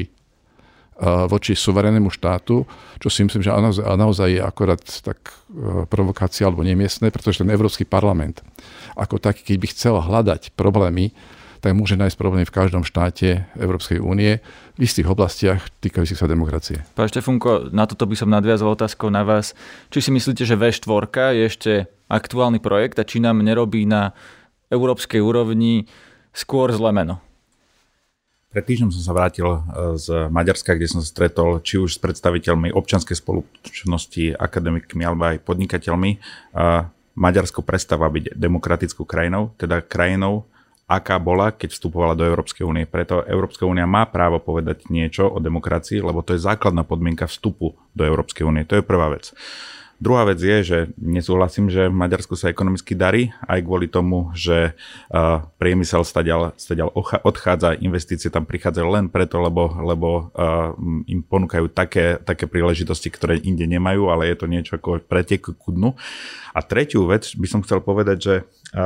suverénnemu štátu, čo si myslím, že naozaj je akorát tak provokácia alebo nemiestne, pretože ten Európsky parlament ako taký, keď by chcel hľadať problémy, tak môže nájsť problémy v každom štáte Európskej únie v istých oblastiach týkajúcich sa demokracie. Pán Štefunko, na toto by som nadviazal otázkou na vás. Či si myslíte, že V4 je ešte aktuálny projekt a či nám nerobí na európskej úrovni skôr zlé meno? Pred týždňom som sa vrátil z Maďarska, kde som sa stretol či už s predstaviteľmi občianskej spoločnosti, akademikmi alebo aj podnikateľmi. Maďarsko prestáva byť demokratickou krajinou, teda krajinou, aká bola, keď vstupovala do Európskej únie. Preto Európska únia má právo povedať niečo o demokracii, lebo to je základná podmienka vstupu do Európskej únie. To je prvá vec. Druhá vec je, že nesúhlasím, že v Maďarsku sa ekonomicky darí, aj kvôli tomu, že priemysel stadiaľ odchádza, investície tam prichádzajú len preto, lebo im ponúkajú také príležitosti, ktoré inde nemajú, ale je to niečo ako pretek ku dnu. A tretiu vec by som chcel povedať, že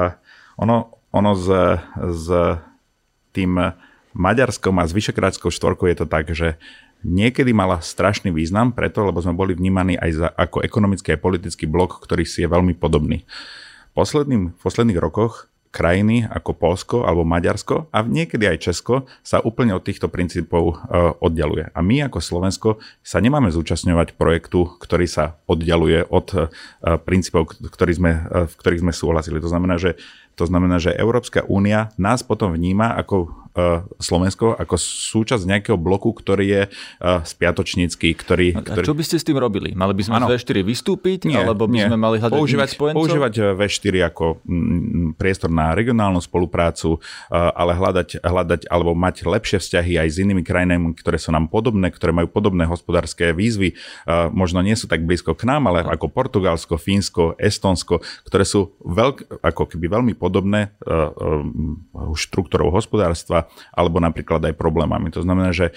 ono s tým Maďarskom a s Vyšegrádskou štvorkou je to tak, že niekedy mala strašný význam preto, lebo sme boli vnímaní aj ako ekonomický a politický blok, ktorý si je veľmi podobný. V posledných rokoch krajiny ako Poľsko alebo Maďarsko a niekedy aj Česko sa úplne od týchto princípov oddialuje. A my ako Slovensko sa nemáme zúčastňovať projektu, ktorý sa oddialuje od princípov, v ktorých sme súhlasili. To znamená, že Európska únia nás potom vníma ako Slovensko ako súčasť nejakého bloku, ktorý je spiatočnícky. A čo by ste s tým robili? Mali by sme z V4 vystúpiť? Alebo by sme mali hľadať spojencov? Používať V4 ako priestor na regionálnu spoluprácu, ale hľadať alebo mať lepšie vzťahy aj s inými krajinami, ktoré sú nám podobné, ktoré majú podobné hospodárske výzvy. Možno nie sú tak blízko k nám, ale ako Portugalsko, Fínsko, Estónsko, ktoré sú ako keby veľmi podobné štruktúrou hospodárstva alebo napríklad aj problémami. To znamená, že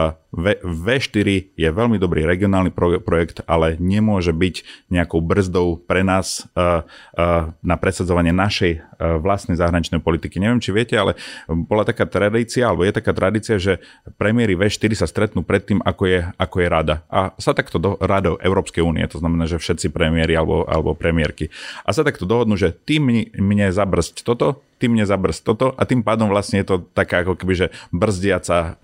V4 je veľmi dobrý regionálny projekt, ale nemôže byť nejakou brzdou pre nás na presadzovanie našej vlastnej zahraničnej politiky. Neviem, či viete, ale bola taká tradícia, alebo je taká tradícia, že premiéry V4 sa stretnú predtým, ako je rada. A sa takto radou Európskej únie, to znamená, že všetci premiéri alebo premiérky. A sa takto dohodnú, že ty mne zabrzť toto, ty mne zabrzť toto a tým pádom vlastne je to taká ako keby, že brzdiaca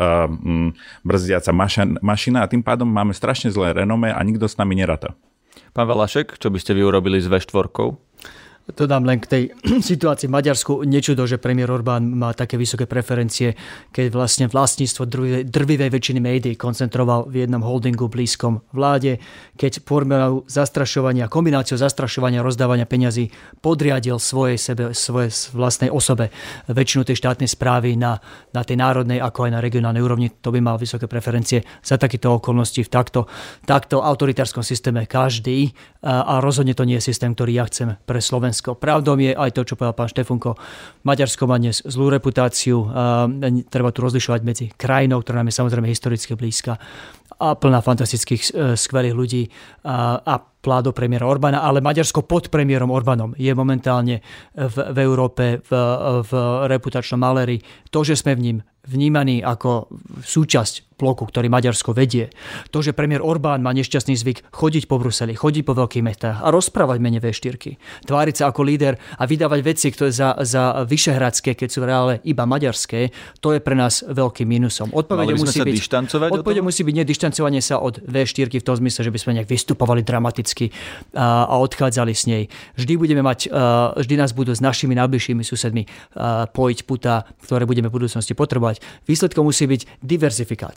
mašina a tým pádom máme strašne zlé renome a nikto s nami neráta. Pán Valašek, čo by ste vy urobili s V4? Dodám len k tej situácii v Maďarsku. Nečudo, že premiér Orbán má také vysoké preferencie, keď vlastne vlastníctvo drvivej väčšiny médií koncentroval v jednom holdingu blízkom vláde, keď formou zastrašovania, kombináciou zastrašovania a rozdávania peňazí podriadil svojej vlastnej osobe väčšinu tej štátnej správy na tej národnej ako aj na regionálnej úrovni. To by mal vysoké preferencie za takéto okolnosti v takto autoritárskom systéme každý a rozhodne to nie je systém, ktorý ja chcem pre Slovensko. Pravdom je aj to, čo povedal pán Štefunko. Maďarsko má dnes zlú reputáciu. Treba tu rozlišovať medzi krajinou, ktorá nám je samozrejme historicky blízka a plná fantastických, skvelých ľudí a vládou premiéra Orbána, ale Maďarsko pod premiérom Orbánom je momentálne v Európe v reputačnom maléri. To, že sme v ním vnímaní ako súčasť bloku, ktorý Maďarsko vedie. To, že premiér Orbán má nešťastný zvyk chodiť po Bruseli, chodiť po veľkých mestách a rozprávať mene V4. Tváriť sa ako líder a vydávať veci, ktoré za vyšehradské, keď sú reálne iba maďarské, to je pre nás veľkým mínusom. Odpoveď musí byť nedištancovanie sa od V4 v tom zmysle, že by sme nejak vystupovali dramaticky a odchádzali s nej. Vždy nás budú s našimi najbližšími susedmi pojiť puta, ktoré budeme v budúcnosti potrebovať. Výsledkom musí byť diverzifikácia.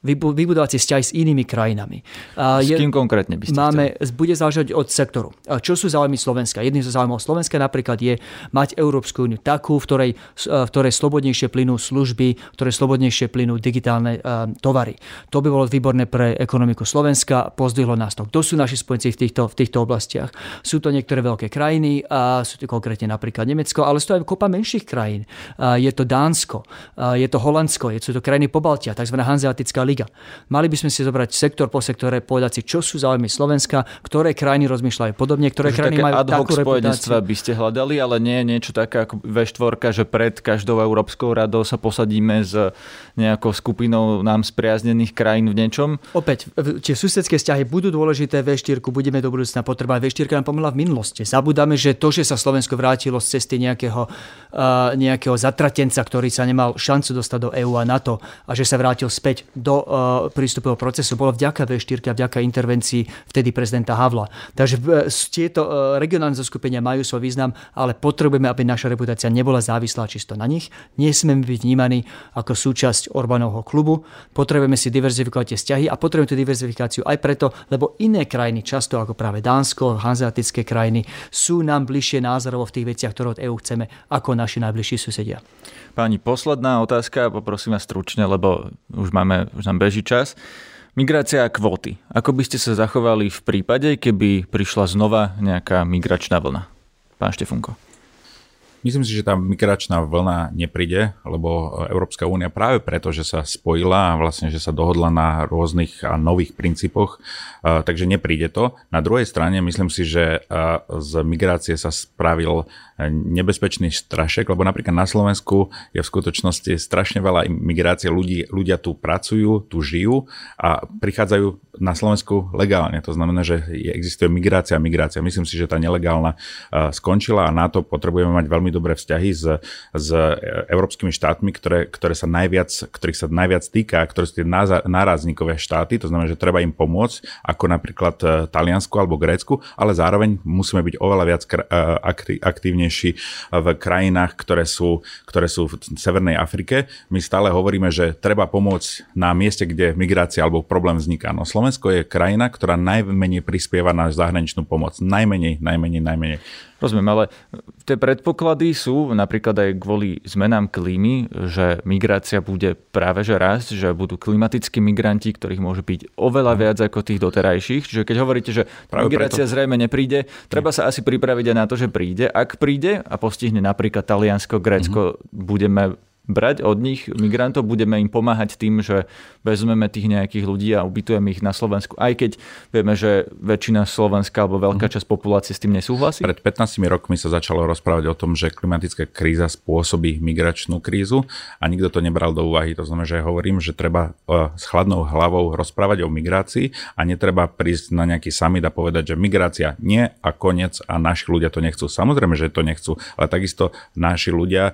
vybudovať si vzťahy s inými krajinami. S kým konkrétne by ste chceli? Bude záležať od sektoru. Čo sú záujmy Slovenska? Jedným zo záujmov Slovenska napríklad je mať Európsku úniu takú, v ktorej slobodnejšie plynú služby, v ktorej slobodnejšie plynú digitálne tovary. To by bolo výborné pre ekonomiku Slovenska, pozdvihlo nás to. Kto sú naši spojenci v týchto oblastiach? Sú to niektoré veľké krajiny, sú to konkrétne napríklad Nemecko, ale sú to aj kopa menších krajín. Je to Dánsko, je to Holandsko, sú to krajiny Pobaltia, tzv. Hanzeatická liga. Mali by sme si zobrať sektor po sektore, povedať si, čo sú záujmy Slovenska, ktoré krajiny rozmýšľajú podobne, ktoré krajiny majú takú reputáciu. By ste hľadali, ale nie je niečo také ako V4, že pred každou Európskou radou sa posadíme s nejakou skupinou nám spriaznených krajín v niečom? Opäť, tie susedské vzťahy budú dôležité, V4 budeme do budúcna potrebovať. V4 nám pomohla v minulosti. Zabudáme, že to, že sa Slovensko vrátilo z cesty nejakého zatratenca, ktorý sa nemal šancu dostať do EÚ a NATO a že sa vrátil späť do prístupového procesu, bolo vďaka V4 a vďaka intervencii vtedy prezidenta Havla. Takže tieto regionálne zoskupenia majú svoj význam, ale potrebujeme, aby naša reputácia nebola závislá čisto na nich. Nesmieme byť vnímaní ako súčasť Orbánovho klubu. Potrebujeme si diverzifikovať tie vzťahy a potrebujeme tú diverzifikáciu aj preto, lebo iné krajiny, často ako práve Dánsko, hanzeatické krajiny, sú nám bližšie názorovo v tých veciach, ktoré od EÚ chceme, ako naši najbližší susedia. Páni, posledná otázka, poprosím vás stručne, lebo už nám beží čas. Migrácia a kvóty. Ako by ste sa zachovali v prípade, keby prišla znova nejaká migračná vlna? Pán Štefunko. Myslím si, že tá migračná vlna nepríde, lebo Európska únia práve preto, že sa spojila a vlastne, že sa dohodla na rôznych a nových princípoch, takže nepríde to. Na druhej strane myslím si, že z migrácie sa spravil nebezpečný strašek, lebo napríklad na Slovensku je v skutočnosti strašne veľa migrácie, ľudia tu pracujú, tu žijú a prichádzajú na Slovensku legálne. To znamená, že existuje migrácia. Myslím si, že tá nelegálna skončila a na to potrebujeme mať veľmi dobré vzťahy s európskymi štátmi, ktorých sa najviac týka, ktoré sú tie nárazníkové štáty. To znamená, že treba im pomôcť, ako napríklad Taliansku alebo Grécku, ale zároveň musíme byť oveľa viac aktívnejší v krajinách, ktoré sú v Severnej Afrike. My stále hovoríme, že treba pomôcť na mieste, kde migrácia alebo problém vzniká. No Slovensko je krajina, ktorá najmenej prispieva na zahraničnú pomoc. Najmenej. Rozumiem, ale tie predpoklady sú napríklad aj kvôli zmenám klímy, že migrácia bude práve že rásť, že budú klimatickí migranti, ktorých môže byť oveľa viac ako tých doterajších. Čiže keď hovoríte, že migrácia zrejme nepríde, treba sa asi pripraviť aj na to, že príde. Ak príde a postihne napríklad Taliansko, Grécko, budeme brať od nich migrantov, budeme im pomáhať tým, že vezmeme tých nejakých ľudí a ubytujeme ich na Slovensku, aj keď vieme, že väčšina Slovenska alebo veľká časť populácie s tým nesúhlasí? Pred 15 rokmi sa začalo rozprávať o tom, že klimatická kríza spôsobí migračnú krízu a nikto to nebral do úvahy. To znamená, že hovorím, že treba s chladnou hlavou rozprávať o migrácii a netreba prísť na nejaký summit a povedať, že migrácia nie a koniec a naši ľudia to nechcú. Samozrejme, že to nechcú, ale takisto naši ľudia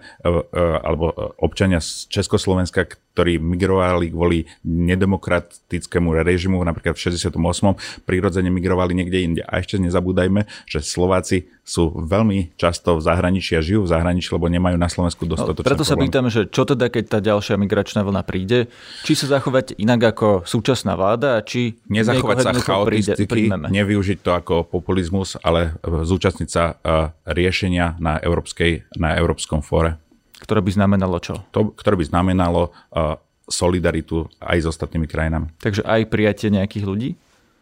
alebo občania z Československa, ktorí migrovali kvôli nedemokratickému režimu, napríklad v 68. prirodzene migrovali niekde inde. A ešte nezabúdajme, že Slováci sú veľmi často v zahraničí a žijú v zahraničí, lebo nemajú na Slovensku dostatočné Preto sa pýtam, že čo teda, keď tá ďalšia migračná vlna príde? Či sa zachovať inak ako súčasná vláda? Či nezachovať sa chaotisticky, nevyužiť to ako populizmus, ale zúčastniť sa riešenia na európskom fóre. Ktoré by znamenalo čo? Ktoré by znamenalo solidaritu aj s ostatnými krajinami. Takže aj prijatie nejakých ľudí?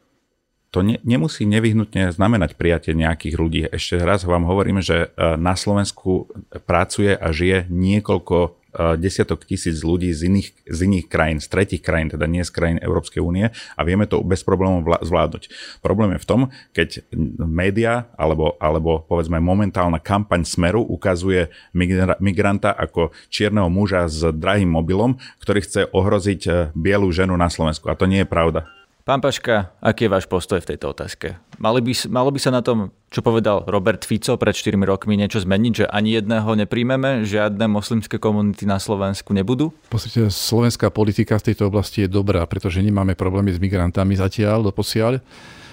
To nemusí nevyhnutne znamenať prijatie nejakých ľudí. Ešte raz vám hovorím, že na Slovensku pracuje a žije niekoľko desiatok tisíc ľudí z iných krajín, z tretích krajín, teda nie z krajín Európskej únie a vieme to bez problémov zvládnuť. Problém je v tom, keď média alebo povedzme momentálna kampaň Smeru ukazuje migranta ako čierneho muža s drahým mobilom, ktorý chce ohroziť bielu ženu na Slovensku. A to nie je pravda. Pán Paška, aký je váš postoj v tejto otázke? Malo by sa na tom, čo povedal Robert Fico pred 4 rokmi, niečo zmeniť, že ani jedného nepríjmeme, žiadne moslimské komunity na Slovensku nebudú? V podstate slovenská politika v tejto oblasti je dobrá, pretože nemáme problémy s migrantami zatiaľ, doposiaľ.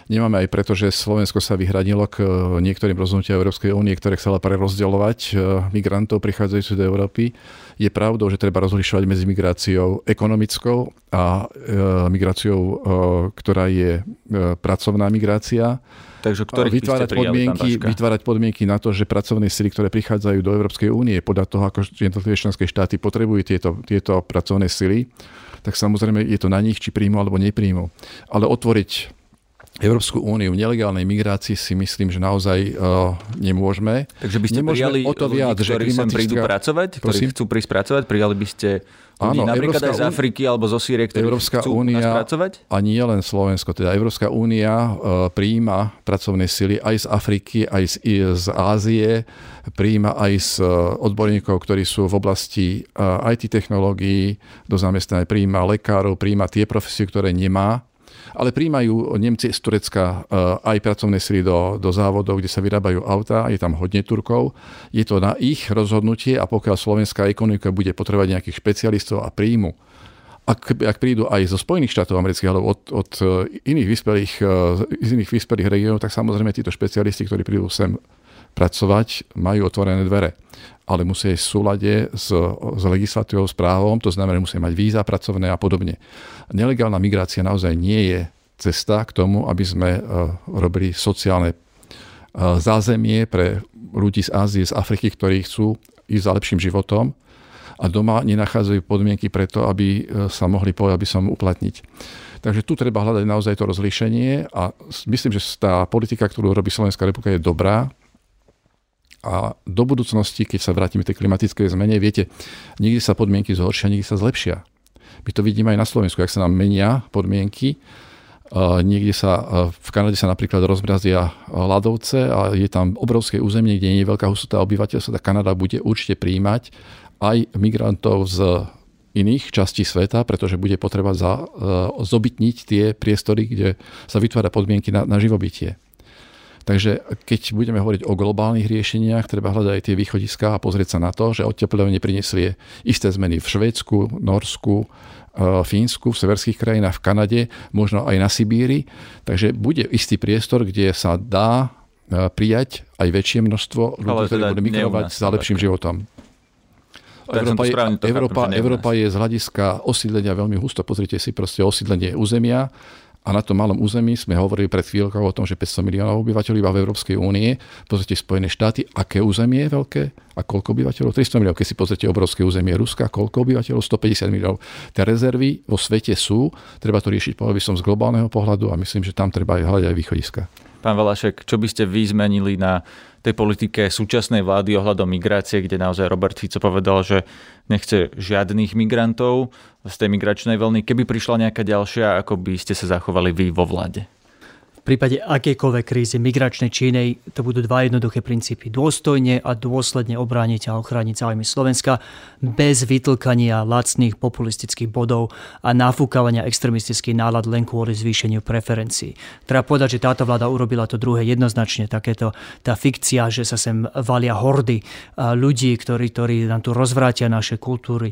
Nemáme aj preto, že Slovensko sa vyhradilo k niektorým rozhodnutiam Európskej únie, ktoré chcela prerozdeľovať migrantov prichádzajúcich do Európy. Je pravdou, že treba rozlišovať medzi migráciou ekonomickou a migráciou, ktorá je pracovná migrácia. Takže ktorých vytvárať podmienky na to, že pracovné sily, ktoré prichádzajú do Európskej únie podľa toho, ako jednotlivé členské štáty potrebujú tieto pracovné sily, tak samozrejme je to na nich, či príjmu alebo nepríjmu. Ale otvoriť Európsku úniu v nelegálnej migrácii si myslím, že naozaj nemôžeme. Takže by ste prijali ľudí, ktorí sem prídu pracovať, ktorí chcú prísť pracovať, prijali by ste ľudí napríklad aj z Afriky alebo zo Sýrie, ktorí chcú nás pracovať? A nie len Slovensko. Teda Európska únia prijíma pracovné sily aj z Afriky, aj z Ázie, prijíma aj z odborníkov, ktorí sú v oblasti IT technológií, do zamestnania prijíma lekárov, prijíma tie profesie, ktoré nemá. Ale prijímajú Nemci z Turecka aj pracovné sily do závodov, kde sa vyrábajú autá, je tam hodne Turkov. Je to na ich rozhodnutie a pokiaľ slovenská ekonomika bude potrebovať nejakých špecialistov a príjmu, ak prídu aj zo Spojených štátov amerických alebo od iných vyspelých regiónov, tak samozrejme títo špecialisti, ktorí prídu sem pracovať, majú otvorené dvere. Ale musia ísť v súlade s legislatívou, s právom, to znamená, musia mať víza pracovné a podobne. Nelegálna migrácia naozaj nie je cesta k tomu, aby sme robili sociálne zázemie pre ľudí z Ázie, z Afriky, ktorí chcú ísť za lepším životom a doma nenachádzajú podmienky preto, aby sa mohli uplatniť. Takže tu treba hľadať naozaj to rozlíšenie a myslím, že tá politika, ktorú robí Slovenská republika, je dobrá. A do budúcnosti, keď sa vrátime k tej klimatickej zmene, viete, niekde sa podmienky zhoršia, niekde sa zlepšia. My to vidíme aj na Slovensku, ak sa nám menia podmienky. Niekde v Kanade sa napríklad rozmrazia ľadovce a je tam obrovské územie, kde nie je veľká hustota obyvateľstva, tak Kanada bude určite prijímať aj migrantov z iných častí sveta, pretože bude potrebať zobytniť tie priestory, kde sa vytvára podmienky na živobytie. Takže keď budeme hovoriť o globálnych riešeniach, treba hľadať aj tie východiská a pozrieť sa na to, že oteplovanie priniesli isté zmeny v Švédsku, Norsku, Fínsku, v severských krajinách, v Kanade, možno aj na Sibíri. Takže bude istý priestor, kde sa dá prijať aj väčšie množstvo ľudí, ktorí budú migrovať za lepším životom. Európa je z hľadiska osídlenia veľmi husto. Pozrite si proste osídlenie územia. A na tom malom území sme hovorili pred chvíľkou o tom, že 500 miliónov obyvateľov iba v Európskej únie. Pozrite Spojené štáty, aké územie je veľké a koľko obyvateľov? 300 miliónov. Keď si pozrite obrovské územie Ruska, koľko obyvateľov? 150 miliónov. Tie rezervy vo svete sú, treba to riešiť, povedal by som, z globálneho pohľadu a myslím, že tam treba aj hľadať aj východiska. Pán Valašek, čo by ste vy zmenili na tej politike súčasnej vlády ohľadom migrácie, kde naozaj Robert Fico povedal, že nechce žiadnych migrantov z tej migračnej vlny. Keby prišla nejaká ďalšia, ako by ste sa zachovali vy vo vláde? V prípade akejkoľvek krízy, migračnej či inej, to budú dva jednoduché princípy. Dôstojne a dôsledne obrániť a ochrániť záujmy Slovenska bez vytlkania lacných populistických bodov a nafúkavania extrémistických nálad len kvôli zvýšeniu preferencií. Treba povedať, že táto vláda urobila to druhé jednoznačne. Takéto tá fikcia, že sa sem valia hordy ľudí, ktorí nám tu rozvrátia našu kultúru,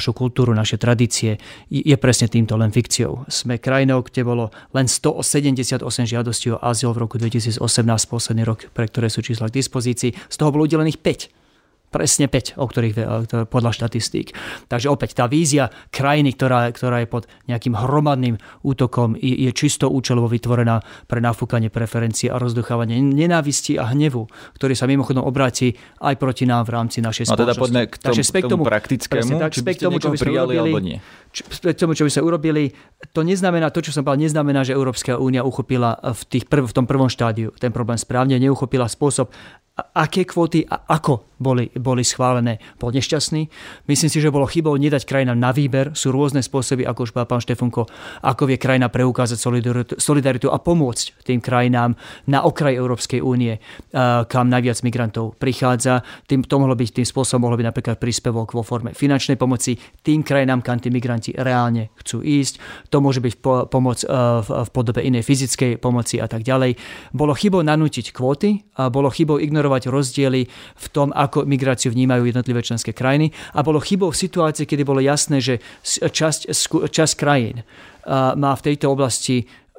naše tradície, je presne týmto len fikciou. Sme krajinou, kde bolo len 178 žiadosti o azyl v roku 2018, posledný rok, pre ktoré sú čísla k dispozícii. Z toho bolo udelených 5. Presne 5, o ktorých podľa štatistík. Takže opäť tá vízia krajiny, ktorá je pod nejakým hromadným útokom, je čisto účelovo vytvorená pre nafúkanie preferencií a rozduchávanie nenávisti a hnevu, ktorý sa mimochodom obráti aj proti nám v rámci našej spoločnosti. No teda poďme k tomu praktickému, či by ste niekoho prijali alebo nie. K tomu, čo by sme urobili, to neznamená, to, čo som povedal, neznamená, že Európska únia uchopila v tom prvom štádiu ten problém správne, neuchopila spôsob, aké kvóty a ako boli schválené. Bol nešťastný. Myslím si, že bolo chybou nedať krajinám na výber. Sú rôzne spôsoby, ako už povedal pán Štefunko, ako vie krajina preukázať solidaritu a pomôcť tým krajinám na okraji Európskej únie, kam najviac migrantov prichádza. To mohlo byť tým spôsobom, mohlo byť napríklad príspevok vo forme finančnej pomoci tým krajinám, kam tí migranti reálne chcú ísť. To môže byť pomoc v podobe inej fyzickej pomoci a tak ďalej. Bolo chybou nanútiť kvóty a bolo chybou ignorovať rozdiely v tom, ako migráciu vnímajú jednotlivé členské krajiny a bolo chybou v situácii, kedy bolo jasné, že časť krajín má v tejto oblasti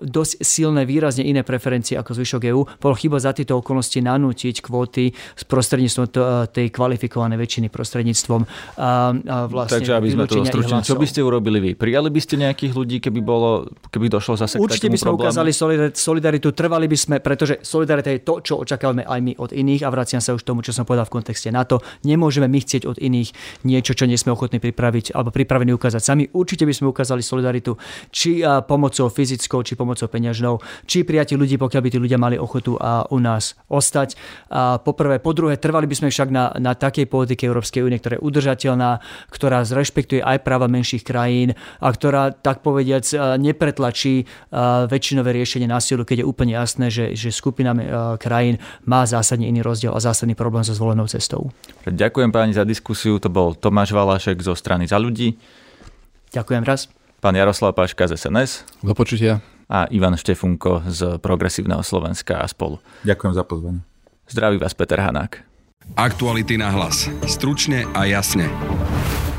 dosť silné, výrazne iné preferencie ako zvyšok EÚ. Bolo chyba za tieto okolnosti nanútiť kvóty s prostredníctvom tej kvalifikovanej väčšiny prostredníctvom vlastne. Takže aby sme to dostručili, čo by ste urobili vy? Prijali by ste nejakých ľudí, keby došlo zase k takému problému? Určite by sme ukázali solidaritu, trvali by sme, pretože solidarita je to, čo očakávame aj my od iných, a vraciam sa už tomu, čo som povedal v kontexte NATO. Nemôžeme my chcieť od iných niečo, čo nie sme ochotní pripraviť alebo pripravení ukázať sami. Určite by sme ukázali solidaritu, či pomocou fyzickou, či pomocou peňažnou, či prijatí ľudí, pokiaľ by tí ľudia mali ochotu u nás ostať. Poprvé, po druhé, trvali by sme však na takej politike Európskej únie, ktorá je udržateľná, ktorá zrešpektuje aj práva menších krajín a ktorá, tak povediac, nepretlačí väčšinové riešenie násilu, keď je úplne jasné, že skupina krajín má zásadne iný rozdiel a zásadný problém so zvolenou cestou. Ďakujem páni za diskusiu, to bol Tomáš Valašek zo Strany Za ľudí. Ďakujem raz. Pán Jaroslav Paška z SNS. Do počutia. A Ivan Štefunko z Progresívneho Slovenska a spolu. Ďakujem za pozvanie. Zdraví vás Peter Hanák. Aktuality na hlas. Stručne a jasne.